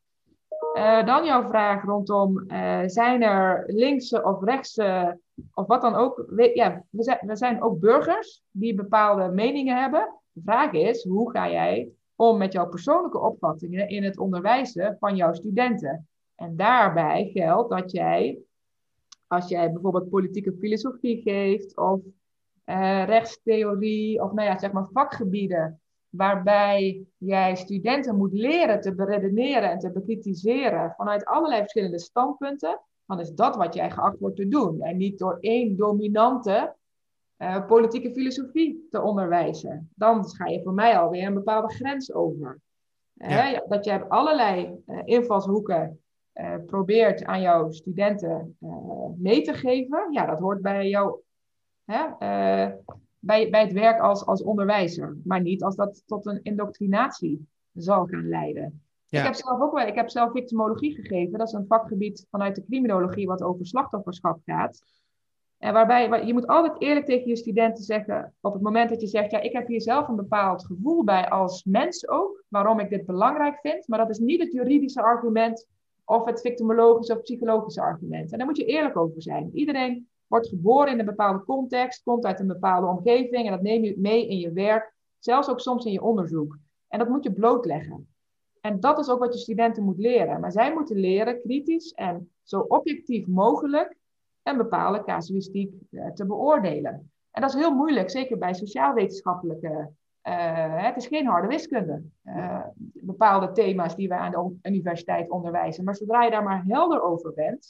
Uh, dan jouw vraag rondom, uh, zijn er linkse of rechtse, of wat dan ook. We, ja, we zijn, we zijn ook burgers die bepaalde meningen hebben. De vraag is, hoe ga jij om met jouw persoonlijke opvattingen in het onderwijzen van jouw studenten? En daarbij geldt dat jij, als jij bijvoorbeeld politieke filosofie geeft, of uh, rechtstheorie, of nou ja, zeg maar vakgebieden, waarbij jij studenten moet leren te beredeneren en te bekritiseren vanuit allerlei verschillende standpunten, dan is dat wat jij geacht wordt te doen. En niet door één dominante uh, politieke filosofie te onderwijzen. Dan ga je voor mij alweer een bepaalde grens over. Ja. Uh, dat jij allerlei uh, invalshoeken uh, probeert aan jouw studenten uh, mee te geven. Ja, dat hoort bij jou... Hè, uh, Bij, bij het werk als, als onderwijzer, maar niet als dat tot een indoctrinatie zal gaan leiden. Ja. Ik heb zelf ook wel, ik heb zelf victimologie gegeven, dat is een vakgebied vanuit de criminologie wat over slachtofferschap gaat. En waarbij je moet altijd eerlijk tegen je studenten zeggen, op het moment dat je zegt, ja, ik heb hier zelf een bepaald gevoel bij als mens ook, waarom ik dit belangrijk vind, maar dat is niet het juridische argument of het victimologische of psychologische argument. En daar moet je eerlijk over zijn. Iedereen wordt geboren in een bepaalde context, komt uit een bepaalde omgeving en dat neem je mee in je werk, zelfs ook soms in je onderzoek. En dat moet je blootleggen. En dat is ook wat je studenten moet leren. Maar zij moeten leren kritisch en zo objectief mogelijk een bepaalde casuïstiek uh, te beoordelen. En dat is heel moeilijk, zeker bij sociaal-wetenschappelijke. Uh, het is geen harde wiskunde. Uh, bepaalde thema's die we aan de universiteit onderwijzen. Maar zodra je daar maar helder over bent,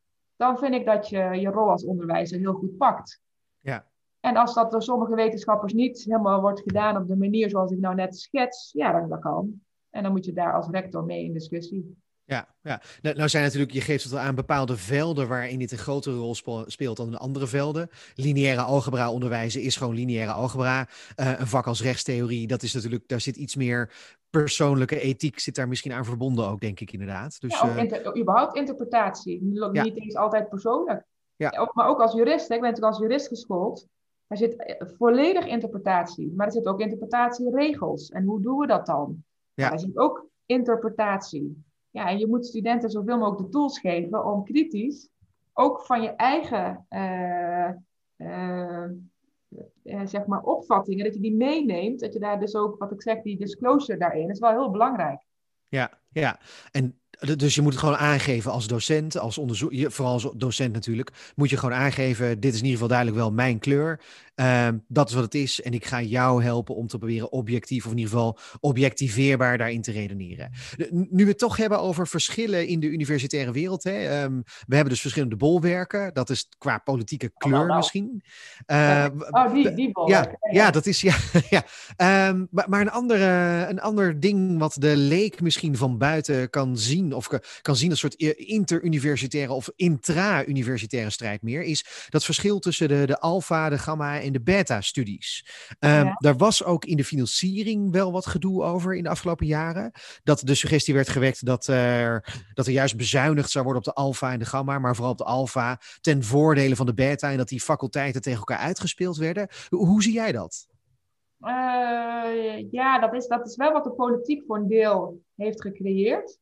dan vind ik dat je je rol als onderwijzer heel goed pakt. Ja. En als dat door sommige wetenschappers niet helemaal wordt gedaan op de manier zoals ik nou net schets, ja, dan dat kan. En dan moet je daar als rector mee in discussie. Ja, ja. Nou, nou zijn natuurlijk, je geeft het al aan, bepaalde velden waarin dit een grotere rol speelt dan in andere velden. Lineaire algebra onderwijzen is gewoon lineaire algebra. Uh, een vak als rechtstheorie, dat is natuurlijk, daar zit iets meer persoonlijke ethiek zit daar misschien aan verbonden ook, denk ik inderdaad. Dus, ja, of inter- überhaupt interpretatie. Niet ja. eens altijd persoonlijk. Ja. Maar ook als jurist, hè. Ik ben natuurlijk als jurist geschoold. Er zit volledig interpretatie. Maar er zit ook interpretatieregels. En hoe doen we dat dan? Ja. Er zit ook interpretatie. Ja, en je moet studenten zoveel mogelijk de tools geven om kritisch, ook van je eigen uh, uh, uh, zeg maar opvattingen, dat je die meeneemt, dat je daar dus ook, wat ik zeg, die disclosure daarin, is wel heel belangrijk. Ja, ja. En dus je moet het gewoon aangeven als docent, als onderzoek, vooral als docent natuurlijk, moet je gewoon aangeven, dit is in ieder geval duidelijk wel mijn kleur. Uh, dat is wat het is en ik ga jou helpen om te proberen objectief of in ieder geval objectiveerbaar daarin te redeneren. Nu we het toch hebben over verschillen in de universitaire wereld. Hè, um, we hebben dus verschillende bolwerken. Dat is qua politieke kleur oh, nou, nou. misschien. Uh, oh, die, die bolwerken. Ja, ja, dat is ja. ja. Um, maar, maar een, andere, een ander ding wat de leek misschien van buiten kan zien of kan zien als een soort interuniversitaire of intra-universitaire strijd meer, is dat verschil tussen de, de alfa, de gamma en de beta-studies. Um, ja. Daar was ook in de financiering wel wat gedoe over in de afgelopen jaren. Dat de suggestie werd gewekt dat er, dat er juist bezuinigd zou worden op de alfa en de gamma, maar vooral op de alfa ten voordele van de beta en dat die faculteiten tegen elkaar uitgespeeld werden. Hoe, hoe zie jij dat? Uh, ja, dat is, dat is wel wat de politiek voor een deel heeft gecreëerd.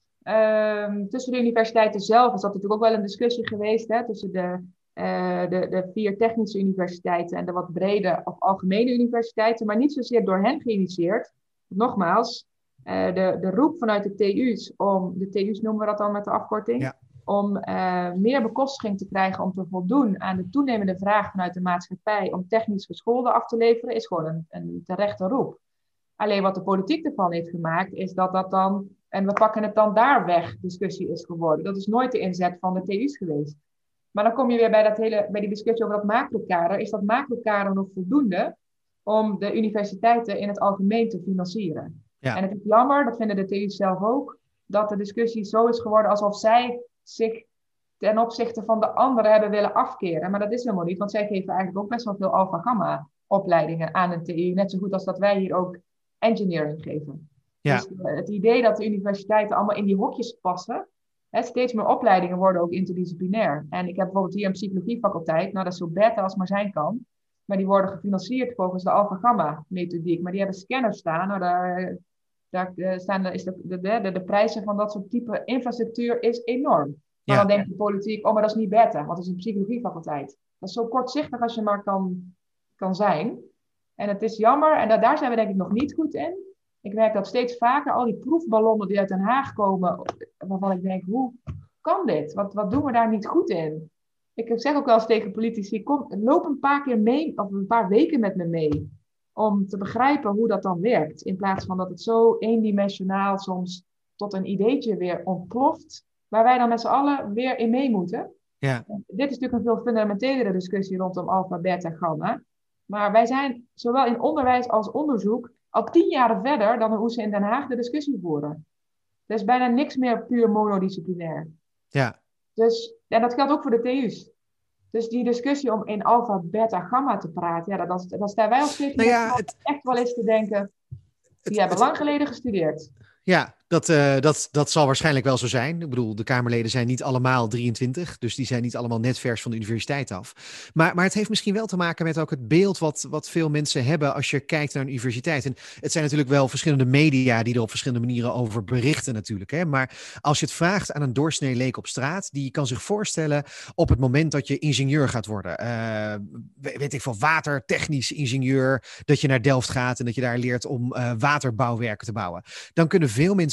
Um, tussen de universiteiten zelf is dat natuurlijk ook wel een discussie geweest, hè, tussen de, uh, de, de vier technische universiteiten en de wat brede of algemene universiteiten, maar niet zozeer door hen geïnitieerd. Nogmaals, uh, de, de roep vanuit de T U's om, de T U's noemen we dat dan met de afkorting, ja. om uh, meer bekostiging te krijgen om te voldoen aan de toenemende vraag vanuit de maatschappij om technisch gescholden af te leveren, is gewoon een, een terechte roep. Alleen wat de politiek ervan heeft gemaakt, is dat dat dan, en we pakken het dan daar weg, discussie is geworden. Dat is nooit de inzet van de T U's geweest. Maar dan kom je weer bij, dat hele, bij die discussie over dat macrokader. Is dat macrokader nog voldoende om de universiteiten in het algemeen te financieren? Ja. En het is jammer, dat vinden de T U's zelf ook, dat de discussie zo is geworden alsof zij zich ten opzichte van de anderen hebben willen afkeren. Maar dat is helemaal niet, want zij geven eigenlijk ook best wel veel alpha-gamma opleidingen aan een T U. Net zo goed als dat wij hier ook engineering geven. Ja. Dus uh, het idee dat de universiteiten allemaal in die hokjes passen. Hè, steeds meer opleidingen worden ook interdisciplinair. En ik heb bijvoorbeeld hier een psychologiefaculteit. Nou, dat is zo beta als maar zijn kan. Maar die worden gefinancierd volgens de alpha-gamma-methodiek. Maar die hebben scanners staan. Nou, daar, daar uh, staan de, is de, de, de, de prijzen van dat soort type infrastructuur is enorm. Maar ja. Dan denkt de politiek, oh, maar dat is niet beta. Want het is een psychologiefaculteit. Dat is zo kortzichtig als je maar kan, kan zijn. En het is jammer. En da- daar zijn we denk ik nog niet goed in. Ik merk dat steeds vaker al die proefballonnen die uit Den Haag komen, waarvan ik denk, hoe kan dit? Wat, wat doen we daar niet goed in? Ik zeg ook wel eens tegen politici, kom, loop een paar keer mee, of een paar weken met me mee, om te begrijpen hoe dat dan werkt. In plaats van dat het zo eendimensionaal soms tot een ideetje weer ontploft, waar wij dan met z'n allen weer in mee moeten. Ja. Dit is natuurlijk een veel fundamentelere discussie rondom alpha, beta, gamma. Maar wij zijn zowel in onderwijs als onderzoek al tien jaren verder dan hoe ze in Den Haag de discussie voeren. Er is bijna niks meer puur monodisciplinair. Ja. Dus, en dat geldt ook voor de T U's. Dus die discussie om in alpha, beta, gamma te praten, ja, dan, dan staan wij als steeds nou ja, het, echt wel eens te denken, die het, hebben het, lang geleden gestudeerd. Ja, dat, uh, dat, dat zal waarschijnlijk wel zo zijn. Ik bedoel, de Kamerleden zijn niet allemaal drieëntwintig, dus die zijn niet allemaal net vers van de universiteit af. Maar, maar het heeft misschien wel te maken met ook het beeld wat, wat veel mensen hebben als je kijkt naar een universiteit. En het zijn natuurlijk wel verschillende media die er op verschillende manieren over berichten natuurlijk. Hè? Maar als je het vraagt aan een doorsnee leek op straat, die kan zich voorstellen op het moment dat je ingenieur gaat worden. Uh, weet ik veel, watertechnisch ingenieur, dat je naar Delft gaat en dat je daar leert om uh, waterbouwwerken te bouwen. Dan kunnen veel mensen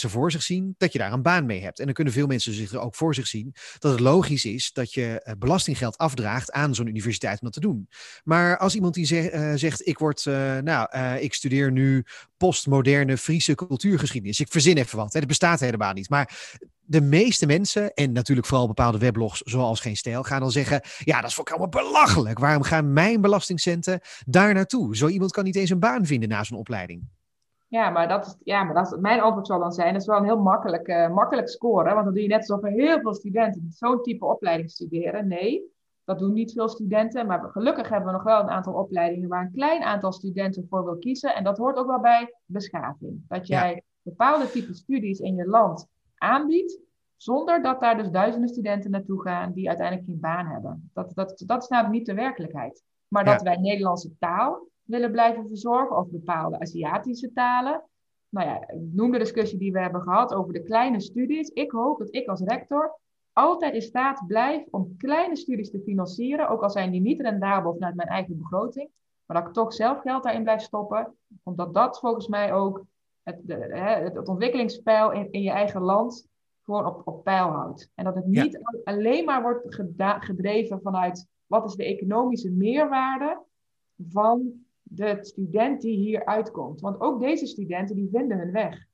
mensen voor zich zien dat je daar een baan mee hebt. En dan kunnen veel mensen zich er ook voor zich zien dat het logisch is dat je uh, belastinggeld afdraagt aan zo'n universiteit om dat te doen. Maar als iemand die zeg, uh, zegt, ik word, uh, nou, uh, ik studeer nu postmoderne Friese cultuurgeschiedenis. Ik verzin even wat, hè, dat bestaat helemaal niet. Maar de meeste mensen, en natuurlijk vooral bepaalde weblogs zoals Geen Stijl, gaan dan zeggen, ja, dat is volkomen belachelijk. Waarom gaan mijn belastingcenten daar naartoe? Zo iemand kan niet eens een baan vinden na zo'n opleiding. Ja, maar dat is, ja, maar dat is, mijn antwoord zal dan zijn, dat is wel een heel makkelijk, uh, makkelijk scoren. Want dan doe je net alsof er heel veel studenten zo'n type opleiding studeren. Nee, dat doen niet veel studenten. Maar gelukkig hebben we nog wel een aantal opleidingen waar een klein aantal studenten voor wil kiezen. En dat hoort ook wel bij beschaving. Dat jij ja. bepaalde type studies in je land aanbiedt, zonder dat daar dus duizenden studenten naartoe gaan die uiteindelijk geen baan hebben. Dat, dat, dat is namelijk niet de werkelijkheid. Maar dat ja. wij Nederlandse taal willen blijven verzorgen, of bepaalde Aziatische talen. Nou ja, noem de discussie die we hebben gehad over de kleine studies. Ik hoop dat ik als rector altijd in staat blijf om kleine studies te financieren, ook al zijn die niet rendabel vanuit mijn eigen begroting, maar dat ik toch zelf geld daarin blijf stoppen, omdat dat volgens mij ook het, de, het, het ontwikkelingspeil in, in je eigen land gewoon op, op peil houdt. En dat het niet ja. alleen maar wordt geda- gedreven vanuit wat is de economische meerwaarde van de student die hier uitkomt. Want ook deze studenten die vinden hun weg.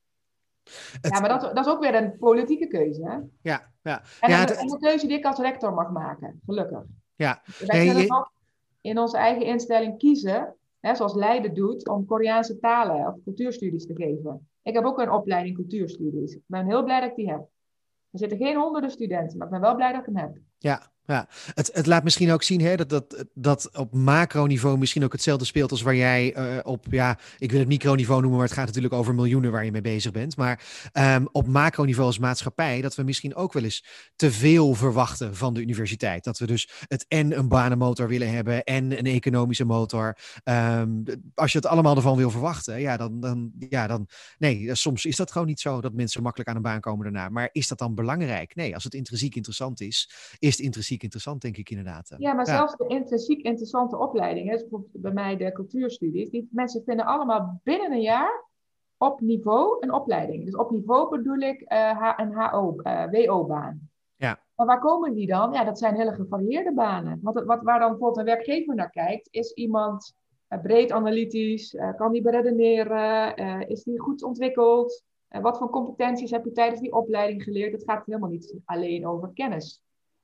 Het... Ja, maar dat, dat is ook weer een politieke keuze. Hè? Ja, ja. En, ja een, het... en een keuze die ik als rector mag maken, gelukkig. Ja. Wij Nee, kunnen je... nog in onze eigen instelling kiezen, hè, zoals Leiden doet, om Koreaanse talen of cultuurstudies te geven. Ik heb ook een opleiding cultuurstudies. Ik ben heel blij dat ik die heb. Er zitten geen honderden studenten, maar ik ben wel blij dat ik hem heb. Ja, ja. Het, het laat misschien ook zien hè, dat, dat, dat op macroniveau misschien ook hetzelfde speelt als waar jij uh, op, ja, ik wil het microniveau noemen, maar het gaat natuurlijk over miljoenen waar je mee bezig bent. Maar um, op macroniveau als maatschappij, dat we misschien ook wel eens te veel verwachten van de universiteit. Dat we dus het en een banenmotor willen hebben en een economische motor. Um, als je het allemaal ervan wil verwachten, ja, dan, dan, ja, dan, nee, soms is dat gewoon niet zo dat mensen makkelijk aan een baan komen daarna. Maar is dat dan belangrijk? Nee, als het intrinsiek interessant is, is het intrinsiek interessant, denk ik inderdaad. Ja, maar ja. zelfs de intrinsiek interessante opleidingen, dus bijvoorbeeld bij mij de cultuurstudies, die mensen vinden allemaal binnen een jaar op niveau een opleiding. Dus op niveau bedoel ik uh, een H O, uh, W O-baan. Ja. Maar waar komen die dan? Ja, dat zijn hele gevarieerde banen. Wat, wat, waar dan bijvoorbeeld een werkgever naar kijkt, is iemand uh, breed analytisch, uh, kan die beredeneren, uh, is die goed ontwikkeld, uh, wat voor competenties heb je tijdens die opleiding geleerd? Het gaat helemaal niet alleen over kennis.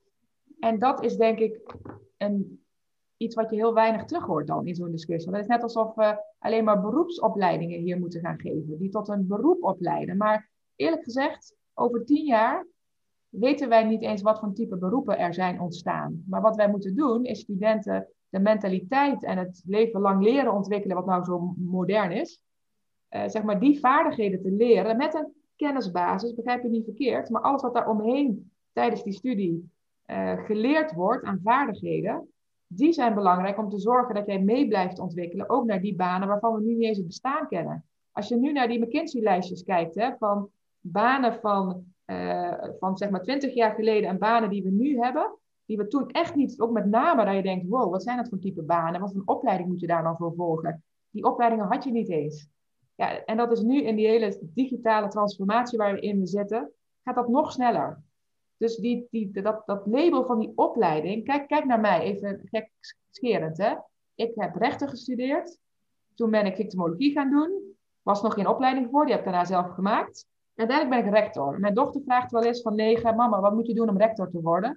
En dat is denk ik een, iets wat je heel weinig terug hoort dan in zo'n discussie. Want het is net alsof we alleen maar beroepsopleidingen hier moeten gaan geven, die tot een beroep opleiden. Maar eerlijk gezegd, over tien jaar weten wij niet eens wat voor type beroepen er zijn ontstaan. Maar wat wij moeten doen, is studenten de mentaliteit en het leven lang leren ontwikkelen, wat nou zo modern is. Uh, zeg maar die vaardigheden te leren met een kennisbasis, begrijp je niet verkeerd, maar alles wat daar omheen tijdens die studie Uh, geleerd wordt aan vaardigheden, die zijn belangrijk om te zorgen dat jij mee blijft ontwikkelen, ook naar die banen waarvan we nu niet eens het bestaan kennen. Als je nu naar die McKinsey-lijstjes kijkt, hè, van banen van, uh, van zeg maar twintig jaar geleden en banen die we nu hebben, die we toen echt niet, ook met name dat je denkt, wow, wat zijn dat voor type banen? Wat voor een opleiding moet je daar dan voor volgen? Die opleidingen had je niet eens. Ja, en dat is nu in die hele digitale transformatie waar we in zitten, gaat dat nog sneller. Dus die, die, dat, dat label van die opleiding, kijk, kijk naar mij, even gekscherend. Hè? Ik heb rechten gestudeerd, toen ben ik victimologie gaan doen, was nog geen opleiding voor, die heb ik daarna zelf gemaakt. En uiteindelijk ben ik rector. Mijn dochter vraagt wel eens van negen, mama, wat moet je doen om rector te worden?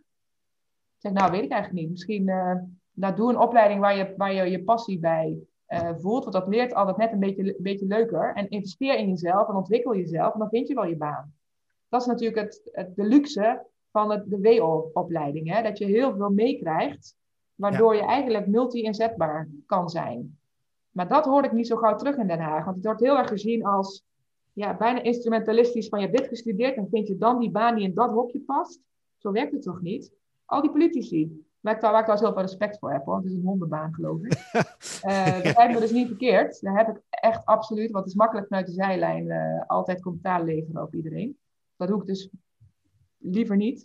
Ik zeg, nou, weet ik eigenlijk niet. Misschien uh, nou, doe een opleiding waar je waar je, je passie bij uh, voelt, want dat leert altijd net een beetje, een beetje leuker. En investeer in jezelf en ontwikkel jezelf en dan vind je wel je baan. Dat is natuurlijk het, het, de luxe van het, de W O-opleiding. Hè? Dat je heel veel meekrijgt, waardoor ja. je eigenlijk multi-inzetbaar kan zijn. Maar dat hoor ik niet zo gauw terug in Den Haag. Want het wordt heel erg gezien als ja, bijna instrumentalistisch van je hebt dit gestudeerd en vind je dan die baan die in dat hokje past. Zo werkt het toch niet? Al die politici, waar ik daar heel veel respect voor heb, hoor. Het is een hondenbaan, geloof ik. uh, begrijp me dus niet verkeerd. Daar heb ik echt absoluut, want het is makkelijk vanuit de zijlijn uh, altijd commentaar leveren op iedereen. Dat doe ik dus liever niet.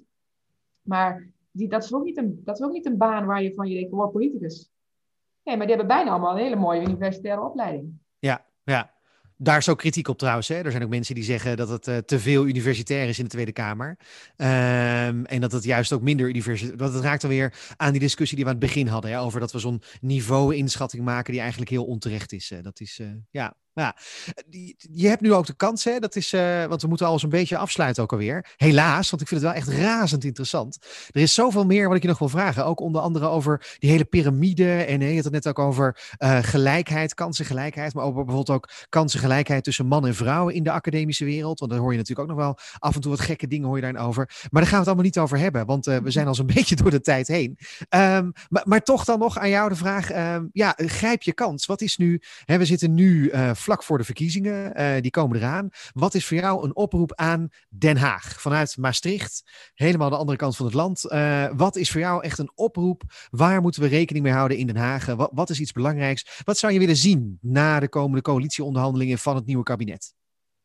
Maar die, dat, is ook niet een, dat is ook niet een baan waar je van je denkt, ik word politicus. Nee, maar die hebben bijna allemaal een hele mooie universitaire opleiding. Ja, ja. Daar is ook kritiek op trouwens. Hè? Er zijn ook mensen die zeggen dat het uh, te veel universitair is in de Tweede Kamer. Um, en dat het juist ook minder universitair... Dat het raakt dan weer aan die discussie die we aan het begin hadden. Hè? Over dat we zo'n niveau-inschatting maken die eigenlijk heel onterecht is. Uh, dat is, uh, ja... Ja, je hebt nu ook de kans, hè? Dat is, uh, want we moeten alles een beetje afsluiten ook alweer. Helaas, want ik vind het wel echt razend interessant. Er is zoveel meer wat ik je nog wil vragen. Ook onder andere over die hele piramide. En je had het net ook over uh, gelijkheid, kansengelijkheid. Maar over bijvoorbeeld ook kansengelijkheid tussen man en vrouw in de academische wereld. Want daar hoor je natuurlijk ook nog wel af en toe wat gekke dingen hoor je daarin over. Maar daar gaan we het allemaal niet over hebben. Want uh, we zijn al zo'n beetje door de tijd heen. Um, maar, maar toch dan nog aan jou de vraag. Um, ja, grijp je kans. Wat is nu... Hè, we zitten nu... Uh, vlak voor de verkiezingen, uh, die komen eraan. Wat is voor jou een oproep aan Den Haag? Vanuit Maastricht, helemaal de andere kant van het land. Uh, wat is voor jou echt een oproep? Waar moeten we rekening mee houden in Den Haag? Wat, wat is iets belangrijks? Wat zou je willen zien na de komende coalitieonderhandelingen van het nieuwe kabinet?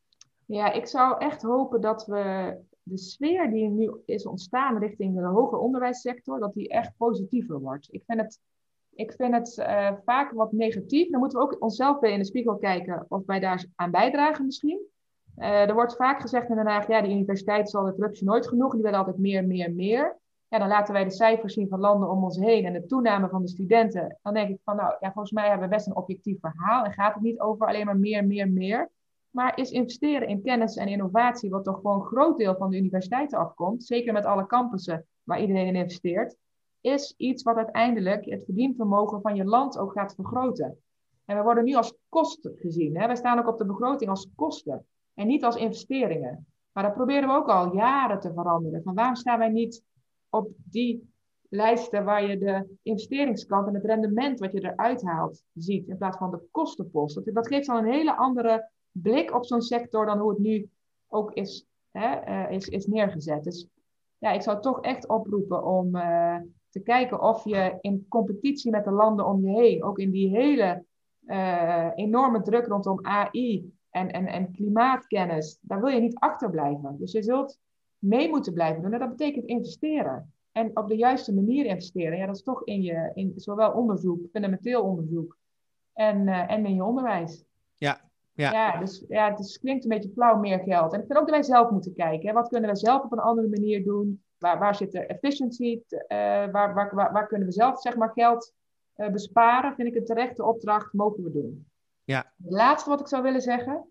Ja, ik zou echt hopen dat we de sfeer die nu is ontstaan richting de hoger onderwijssector, dat die echt positiever wordt. Ik vind het Ik vind het uh, vaak wat negatief. Dan moeten we ook onszelf weer in de spiegel kijken of wij daar aan bijdragen misschien. Uh, er wordt vaak gezegd in Den Haag, ja, de universiteit zal de corruptie nooit genoeg. Die willen altijd meer, meer, meer. Ja, dan laten wij de cijfers zien van landen om ons heen en de toename van de studenten. Dan denk ik van, nou, ja, volgens mij hebben we best een objectief verhaal. En gaat het niet over alleen maar meer, meer, meer. Maar is investeren in kennis en innovatie, wat toch gewoon een groot deel van de universiteiten afkomt. Zeker met alle campussen waar iedereen in investeert. Is iets wat uiteindelijk het verdienvermogen van je land ook gaat vergroten. En we worden nu als kosten gezien. Hè? We staan ook op de begroting als kosten en niet als investeringen. Maar dat proberen we ook al jaren te veranderen. Van waarom staan wij niet op die lijsten waar je de investeringskant en het rendement wat je eruit haalt ziet, in plaats van de kostenpost. Dat, dat geeft dan een hele andere blik op zo'n sector dan hoe het nu ook is, hè, uh, is, is neergezet. Dus ja, ik zou toch echt oproepen om... Uh, te kijken of je in competitie met de landen om je heen, ook in die hele uh, enorme druk rondom A I en, en, en klimaatkennis, daar wil je niet achterblijven. Dus je zult mee moeten blijven doen en dat betekent investeren. En op de juiste manier investeren. Ja, dat is toch in, je, in zowel onderzoek, fundamenteel onderzoek en, uh, en in je onderwijs. Ja. Ja, ja, dus ja, het is, klinkt een beetje flauw, meer geld. En ik vind ook dat wij zelf moeten kijken. Hè. Wat kunnen we zelf op een andere manier doen? Waar, waar zit er efficiency? Uh, waar, waar, waar, waar kunnen we zelf zeg maar, geld uh, besparen? Vind ik een terechte opdracht, mogen we doen. Ja. Het laatste wat ik zou willen zeggen.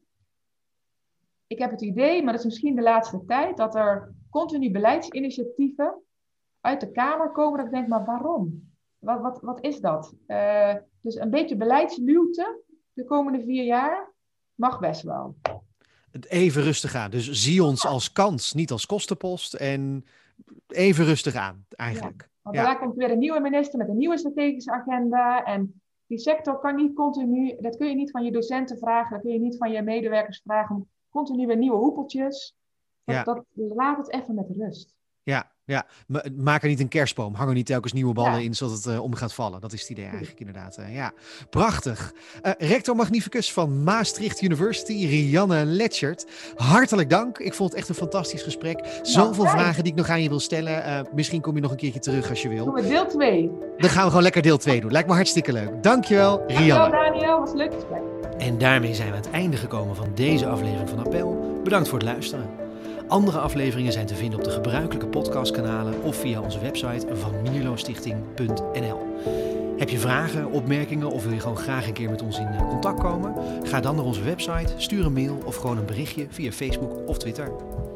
Ik heb het idee, maar dat is misschien de laatste tijd, dat er continu beleidsinitiatieven uit de Kamer komen. Dat ik denk, maar waarom? Wat, wat, wat is dat? Uh, dus een beetje beleidsluwte de komende vier jaar mag best wel. Even rustig aan. Dus zie ons als kans, niet als kostenpost. En even rustig aan, eigenlijk. Ja, want daarna ja. komt weer een nieuwe minister met een nieuwe strategische agenda. En die sector kan niet continu... Dat kun je niet van je docenten vragen. Dat kun je niet van je medewerkers vragen. Om continu weer nieuwe hoepeltjes. Dat, ja. dat, laat het even met rust. Ja, ja. Maak er niet een kerstboom. Hang er niet telkens nieuwe ballen ja. in, zodat het uh, om gaat vallen. Dat is het idee eigenlijk inderdaad. Uh, ja, prachtig. Uh, rector magnificus van Maastricht University, Rianne Letschert. Hartelijk dank. Ik vond het echt een fantastisch gesprek. Zoveel ja, vragen die ik nog aan je wil stellen. Uh, misschien kom je nog een keertje terug als je wil. Doen we deel twee. Dan gaan we gewoon lekker deel twee doen. Lijkt me hartstikke leuk. Dankjewel, Rianne. Dankjewel, Daniel. Was een leuk gesprek. En daarmee zijn we aan het einde gekomen van deze aflevering van Appel. Bedankt voor het luisteren. Andere afleveringen zijn te vinden op de gebruikelijke podcastkanalen of via onze website van mierlostichting punt n l. Heb je vragen, opmerkingen of wil je gewoon graag een keer met ons in contact komen? Ga dan naar onze website, stuur een mail of gewoon een berichtje via Facebook of Twitter.